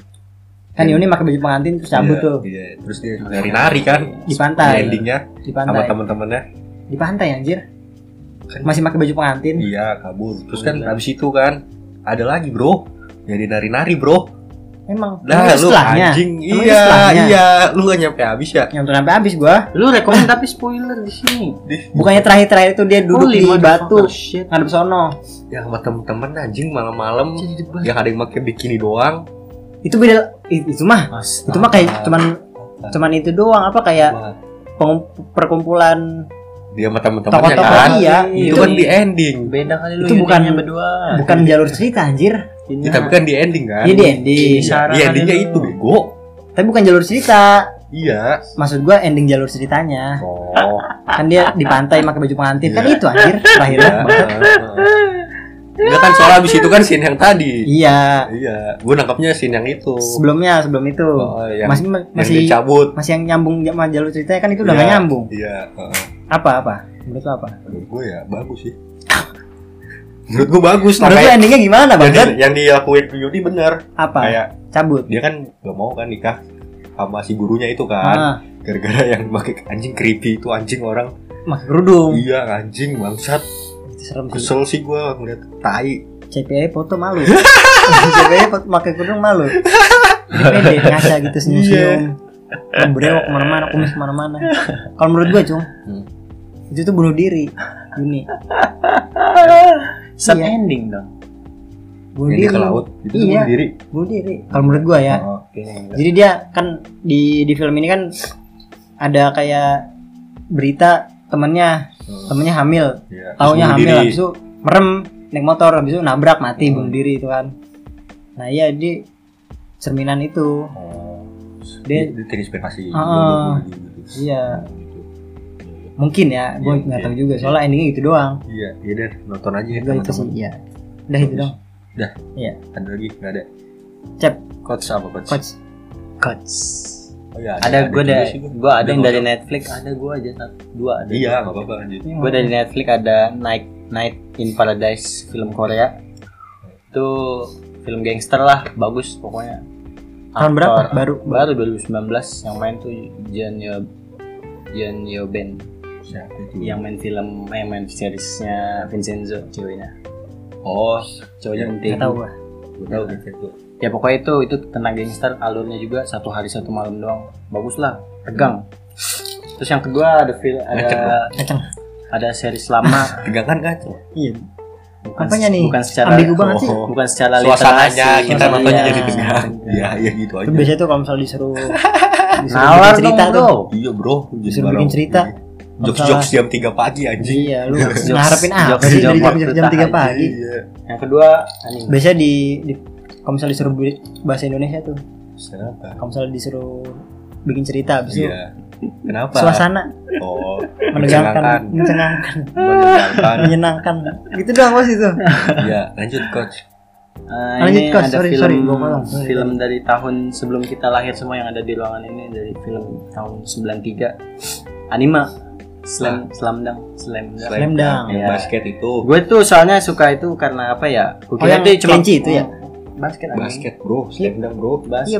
B: Kan Yuni pakai baju pengantin terus cabut
A: Iya,
B: tuh
A: iya. Terus dia nari-nari kan
B: di pantai.
A: endingnya
B: Di
A: sama
B: pantai.
A: temen-temennya.
B: Di pantai anjir.
A: Kan-
B: Masih pakai baju pengantin.
A: Iya kabur. Terus kan abis itu kan ada lagi bro. Jadi nari-nari bro.
B: Emang.
A: Nah
B: Emang
A: lu
B: setelahnya?
A: anjing.
B: Emang itu
A: Iya
B: setelahnya?
A: iya. Lu gak nyampe habis ya.
B: Yang sampai habis gua.
C: Lu rekomend tapi spoiler di sini.
B: Bukannya terakhir-terakhir itu dia duduk
C: Holy
B: di
C: motherfucker,
B: batu
C: shit.
B: ngadep sono.
A: Yang sama temen-temen anjing malam-malam.
C: Jadi debat.
A: Yang ada yang pakai bikini doang.
B: Itu beda i- itu mah.
C: Astaga.
B: Itu mah kayak cuman cuman itu doang apa kayak
A: Wah,
B: pengum- perkumpulan
A: dia sama temen-temennya
B: tokoh-tokoh
A: kan.
B: iya.
A: Itu
B: Itu
A: kan di ending.
C: beda kali lu
B: Itu bukan-
C: Yuninya berdua.
B: bukan jalur cerita anjir.
A: Ya, tapi kan di ending kan.
B: Iya di ending.
C: Iya.
A: Iya endingnya itu bego.
B: Tapi bukan jalur cerita.
A: Iya.
B: Maksud gua ending jalur ceritanya.
A: Oh.
B: Kan dia di pantai pakai baju pengantin. Kan
A: Iya.
B: itu anjir terakhirnya.
A: Enggak kan soal abis itu kan scene yang tadi.
B: Iya.
A: Iya, gue nangkapnya scene yang itu.
B: Sebelumnya sebelum itu.
A: Oh, yang,
B: masih
A: yang
B: masih
A: dicabut.
B: masih yang nyambung sama jalur ceritanya kan itu udah
A: Iya,
B: gak nyambung.
A: Iya. heeh.
B: Apa apa? Menurut lo apa?
A: Menurut gue ya bagus sih. Menurut gue bagus.
B: Menurut lo
A: Makanya
B: endingnya gimana
A: yang,
B: bang?
A: di, yang dilakuin Yudi bener.
B: Apa?
A: Kayak
B: Cabut.
A: dia kan gak mau kan nikah sama si gurunya itu kan.
B: Ah,
A: Gara-gara yang pakai anjing creepy itu anjing orang.
B: pakai kerudung.
A: Iya anjing bangsat.
B: Itu serem sih.
A: Kesel sih gue ngeliat tai.
B: C P I foto malu. C P I foto pakai kerudung malu. Jadi pede ngaca gitu senyum-senyum. Brewok kemana-mana, kumis kemana-mana. Kalau menurut gua cung,
A: Hmm.
B: itu tuh bunuh diri. Yuni.
C: Set
B: Iya.
C: ending dong.
B: Bunuh
A: Yang
B: diri.
A: dia ke laut itu
B: Iya.
A: bunuh diri.
B: Bunuh diri. Kalau menurut gua ya.
A: Oh,
C: Oke.
B: Jadi dia kan di di film ini kan ada kayak berita temennya
A: Hmm.
B: temennya hamil,
A: Iya, terus
B: taunya
A: bunuh
B: hamil,
A: diri.
B: habis itu merem naik motor, habis itu nabrak mati
A: Hmm.
B: bunuh diri itu kan. Nah iya di cerminan itu.
A: Oh,
B: Dia-
A: dia, dia terinspirasi.
B: Ah,
A: bunuh diri gitu.
B: Iya.
A: Gitu.
B: Mungkin ya, gue
A: Iya,
B: nggak
A: iya,
B: tahu juga.
A: iya.
B: Soalnya endingnya gitu doang.
A: Iya, iya deh, nonton aja ya
B: Udah itu sih,
A: teman-teman.
B: iya. Udah itu dong.
A: Ada lagi? Nggak ada.
B: Cep,
A: Coach apa coach?
B: coach. Coach.
A: Oh, iya,
C: Ada gue
A: juga
C: ada
A: sih gua.
C: gue ada yang
A: Udah
C: dari
A: nonton.
C: Netflix, ada gue aja satu dua ada.
A: Iya, enggak apa-apa lanjut.
C: Gue dari Netflix ada Night Night in Paradise, film Korea. Itu film gangster lah, bagus pokoknya.
B: Tahun berapa?
C: Aktor-
B: Baru.
C: Baru dua ribu sembilan belas yang main tuh Jeon Yo Jeon Yo Ben
A: Siapa itu?
C: yang main film yang main seriesnya Vincenzo ceweknya.
A: Oh, cowoknya
B: Nggak tahu gua.
A: Gue tahu itu.
C: Ya pokoknya itu itu tentang gangster, alurnya juga satu hari satu malam doang. Bagus lah, tegang. Terus yang kedua ada film ada
B: Kacang.
C: ada series lama.
A: Tegang kan kacau.
B: Iya.
C: bukan,
B: Apanya nih?
C: bukan secara
B: Ambigu banget sih.
A: Oh.
C: bukan secara
A: Suasananya
C: literasi.
A: kita
B: Suasana,
A: nontonnya
B: iya.
A: jadi tegang. Iya, iya gitu aja.
B: Itu biasanya tuh kalau misalnya disuruh disuruh
C: Nalar
B: bikin
C: dong
B: cerita
C: bro.
B: tuh.
A: Iya, Bro.
B: Disuruh bikin cerita.
A: Jokes-jokes jam tiga pagi anjing.
B: Iya, lu
C: Jokes-
B: ngarepin apa
C: jokes-
B: sih dari
C: jokes
B: jam,
C: waktu
B: jam tiga
C: tak
B: pagi?
A: Iya.
C: Yang kedua anime.
B: Biasanya di, di kalau misalnya disuruh bi- bahasa Indonesia tuh,
A: Kenapa?
B: kalau misalnya disuruh bikin cerita, habis itu
A: Iya. Kenapa?
B: suasana
A: Oh,
B: menegangkan, mencengangkan,
A: menegangkan.
B: menyenangkan. Gitu doang bos itu.
A: Iya, lanjut coach.
C: Eh,
B: Lanjut,
C: ini
B: Coach.
C: ada
B: Sorry,
C: film
B: sorry, gua potong. Sorry,
C: film dari tahun sebelum kita lahir semua yang ada di ruangan ini, dari film tahun sembilan tiga anime Slam Slam Dunk Slam Dunk.
B: Slam dunk.
A: Yang
C: Iya.
A: basket itu.
C: Gue tuh soalnya suka itu karena apa ya? Gue
B: Oh,
C: kira
B: yang
C: itu cuma
B: kelinci itu ya?
C: basket anjing.
A: Basket, Bro. Slam dunk, Bro.
C: basket.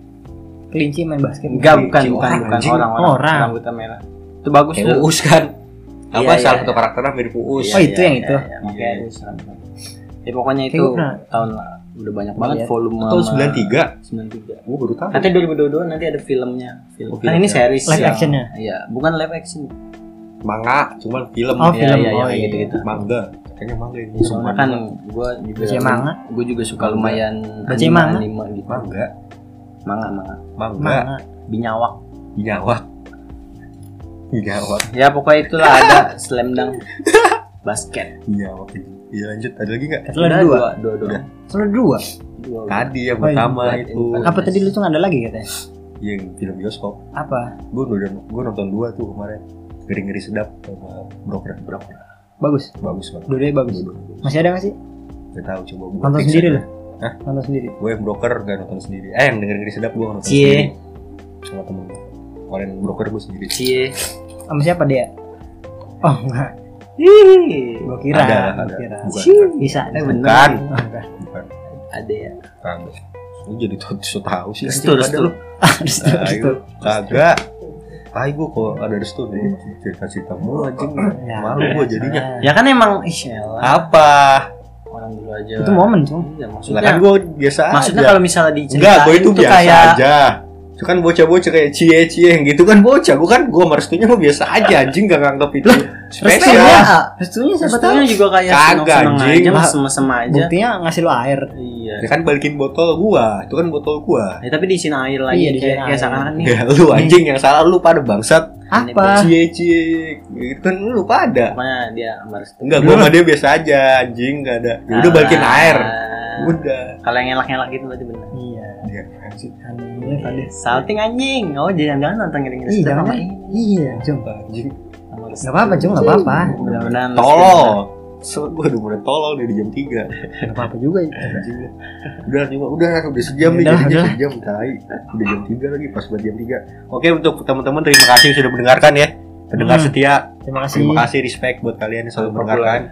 B: Kelinci main basket.
C: Enggak, bukan
A: Kelinci,
C: bukan
A: orang,
C: bukan
A: anjing.
C: orang orang
B: Orang.
C: rambut merah. Itu bagus
A: Kayak
C: tuh.
A: Uus kan. Apa
C: Iya,
A: salah
C: iya,
A: satu
C: iya.
A: karakternya mirip Uus.
B: Oh, itu yang itu?
C: Iya, makanya itu Slam Dunk. Ya pokoknya
B: Kayak
C: itu
B: gua pernah-
C: tahun udah banyak banget
B: Lihat.
C: volume
A: Tahun
C: sama-
A: sembilan tiga.
C: sembilan tiga.
A: Gue baru tahu.
C: Nanti dua ribu dua puluh dua nanti ada filmnya. Film.
A: Oh,
C: Kan ini
A: filmnya.
C: series
B: Live
C: yang-
B: actionnya?
C: Iya, bukan live action.
A: Manga, cuman film.
B: Oh,
C: Iya,
B: film.
C: iya, iya,
B: Oh,
C: kayak
B: iya.
C: gitu-gitu.
A: Manga. Kayaknya manga ini.
C: Soalnya kan gue juga
B: Baca manga?
C: gue juga suka lumayan
B: Baca
C: anime,
B: manga?
C: anime gitu.
A: manga,
C: Manga, manga.
A: manga,
B: Manga.
C: Binyawak.
A: Binyawak. Binyawak.
C: Ya pokoknya itulah ada Slam Dunk basket.
A: Binyawak. Iya, lanjut. Ada lagi nggak?
B: Selalu ada dua.
C: dua, dua, dua.
A: Udah.
B: Selalu dua.
C: Dua.
A: Tadi yang
B: Oh, iya.
A: pertama
C: Light
A: itu
C: in
B: Apa tadi lu tuh ada lagi katanya?
A: yang film bioskop.
B: Apa?
A: Gue udah gue nonton dua tuh kemarin. Ngeri-ngeri sedap sama broker broker.
B: Bagus.
A: Bagus banget.
B: Dua-duanya bagus.
A: Dua-dua.
B: Masih ada nggak sih?
A: Gak tahu coba gue
B: Nonton sendiri lah.
A: Hah?
B: Nonton sendiri.
A: Gue yang broker gak nonton sendiri. Eh yang dengerin ngeri sedap gue nonton
C: Cie.
A: sendiri. Sama temen gue. Kalau yang broker gue sendiri.
C: Cie.
B: Sama siapa dia? Oh enggak.
C: Ih,
B: Gua kira.
A: Ada,
B: Gua
A: ada.
B: kira.
A: Bukan.
B: Bisa.
C: Eh,
A: Bukan.
C: bener.
B: Oh, enggak.
A: Bukan.
C: Ada ya.
A: Kagak. Lu jadi tau so tahu sih.
C: Restu,
A: Ada
C: restu.
A: lu.
B: Restu,
A: Ah,
B: restu.
A: itu kagak. Ah, gue kok ada restu nih cerita-cerita mulu anjing.
B: Ya,
A: Malu gue jadinya.
C: Ya kan emang isyalah
A: Apa?
C: orang dulu aja.
B: Itu momen cuma.
C: Iya,
A: Lah
C: maksudnya.
A: kan gue biasa
C: Maksudnya
A: aja.
C: kalau misalnya diceritain
A: Enggak, gue itu
C: tuh
A: biasa
C: kayak
A: aja. Itu kan bocah-bocah kayak cie-cie gitu kan bocah. Gue kan gue sama restunya mah biasa aja anjing gak nganggap itu
B: Restunya,
A: spesial.
B: restunya siapa tahu?
C: Restunya juga kayak
A: Kagak,
C: seneng-seneng
A: anjing.
C: aja, mesem-mesem aja.
B: Buktinya ngasih lu air.
C: Iya.
A: Ya kan balikin botol gua. Itu kan botol gua.
C: Ya, tapi diisiin air lagi
B: Iya,
C: kayak,
B: diisiin
C: kayak
B: air.
C: seakan-akan nih.
A: Ya lu anjing yang salah lu pada bangsat.
B: Apa?
A: Cie-cie. Gitu kan lu pada.
C: Pokoknya dia sama restu.
A: Enggak, gua sama dia biasa aja anjing, enggak ada. Ya udah balikin
C: Ah.
A: air. Udah.
C: Kalau yang elak-elak gitu berarti benar.
B: Iya.
A: Dia apaan sih?
B: Aneh tadi.
C: Salting anjing. Oh, jangan-jangan nonton ngering
B: Iya, jangan. Iya, cuma.
A: Anjing.
B: Enggak apa-apa, cuma enggak apa-apa.
C: Mudah-mudahan
A: Tolol. So, gua udah mulai tolol nih di jam tiga.
B: Enggak apa-apa juga itu.
A: Anjing lu. Udah juga udah udah sejam nih
B: Udah,
A: jadinya
B: udah.
A: sejam tai. Udah jam tiga lagi pas buat jam tiga. Oke, untuk teman-teman terima kasih sudah mendengarkan ya. Pendengar
B: Hmm.
A: setia.
B: Terima kasih.
A: Terima kasih respect buat kalian yang selalu
C: Super
A: mendengarkan.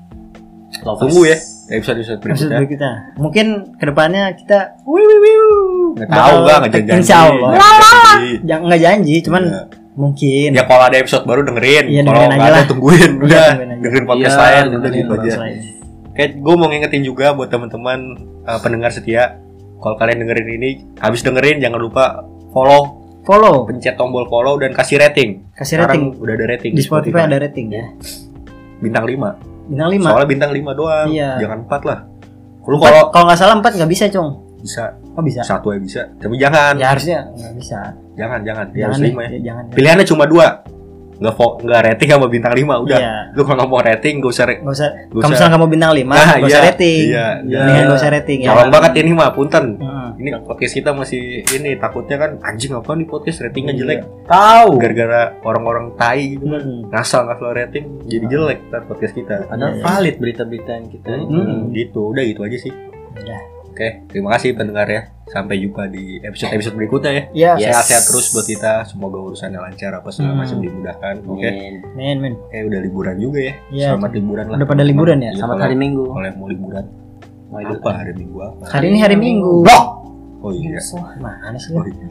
C: Lovers.
A: Tunggu ya episode-episode
B: Episode
A: berikutnya.
B: berikutnya. Mungkin kedepannya kita wiu wiu wiu.
A: Nggak tahu enggak enggak janji.
B: Insya Allah. Jangan nggak janji, cuman
A: Iya.
B: mungkin.
A: Ya kalau ada episode baru dengerin.
B: Iya,
A: Kalau
B: dengerin
A: nggak
B: aja
A: ada
B: lah.
A: tungguin
B: Iya,
A: udah.
B: tungguin aja.
A: Dengerin podcast
C: Iya,
A: lain udah
C: dengerin
A: gitu aja.
B: Podcast lain.
A: Kayak gue mau ngingetin juga buat teman-teman uh, pendengar setia. Kalau kalian dengerin ini, habis dengerin jangan lupa follow,
B: Follow,
A: pencet tombol follow dan kasih rating.
B: kasih
A: Sekarang
B: rating.
A: udah ada rating
B: Di Spotify ada rating ya.
A: bintang lima.
B: Bintang lima.
A: Soalnya bintang lima doang.
B: Iya.
A: Jangan empat lah. Lu
B: Empat-
A: kalau
B: kalau nggak salah empat nggak bisa, Cung.
A: bisa
B: Oh bisa.
A: satu aja bisa. Tapi jangan.
B: Ya harusnya nggak bisa.
A: Jangan, jangan. Ya,
B: Jangan
A: harus
B: deh,
A: lima ya.
B: ya, jangan.
A: Pilihannya cuma dua. Nggak vo- nggak rating sama bintang lima udah.
B: Iya.
A: Lu kalau nggak mau rating gak usah re-
B: Nggak usah.
A: Nggak
B: Kalau
A: usah.
B: misalnya kamu bintang lima,
A: Nah,
B: nggak usah
A: iya,
B: rating.
A: iya, iya.
B: Mendingan nggak usah rating ya.
A: Colong banget ini mah punten.
B: Heeh.
A: Ini podcast kita masih ini takutnya kan anjing apa nih podcast ratingnya
B: Iya.
A: jelek.
C: Tahu.
A: Gara-gara orang-orang tai gitu kan.
B: Hmm.
A: Ngasal ngasal rating jadi jelek ntar podcast kita.
C: Padahal
B: Iya.
C: valid berita-berita yang kita ini.
B: Hmm.
A: Gitu, udah gitu aja sih.
B: Udah.
A: Oke, terima kasih pendengar ya. Sampai jumpa di episode-episode berikutnya ya.
B: Ya.
C: Yes.
A: Sehat-sehat terus buat kita. Semoga urusannya lancar apa segala
B: Hmm.
A: macam dimudahkan. Oke.
C: Amin.
B: Men, men.
A: Eh udah liburan juga ya.
B: Iya.
A: Selamat liburan lah.
B: Udah pada liburan ya?
A: Iya,
C: Selamat
A: kalau-
C: hari Minggu.
A: Kalau yang mau liburan.
C: Mau itu
A: Apa hari Minggu apa?
B: Hari ini hari Minggu.
A: Oh iya.
B: Mana sih?
A: Oh,
B: lu?
A: iya.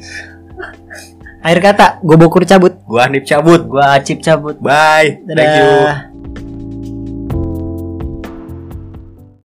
B: Akhir kata, gue Bokur cabut.
A: Gua Hanif cabut.
C: Gua Acip cabut.
A: Bye. Thank you.
B: Dadah.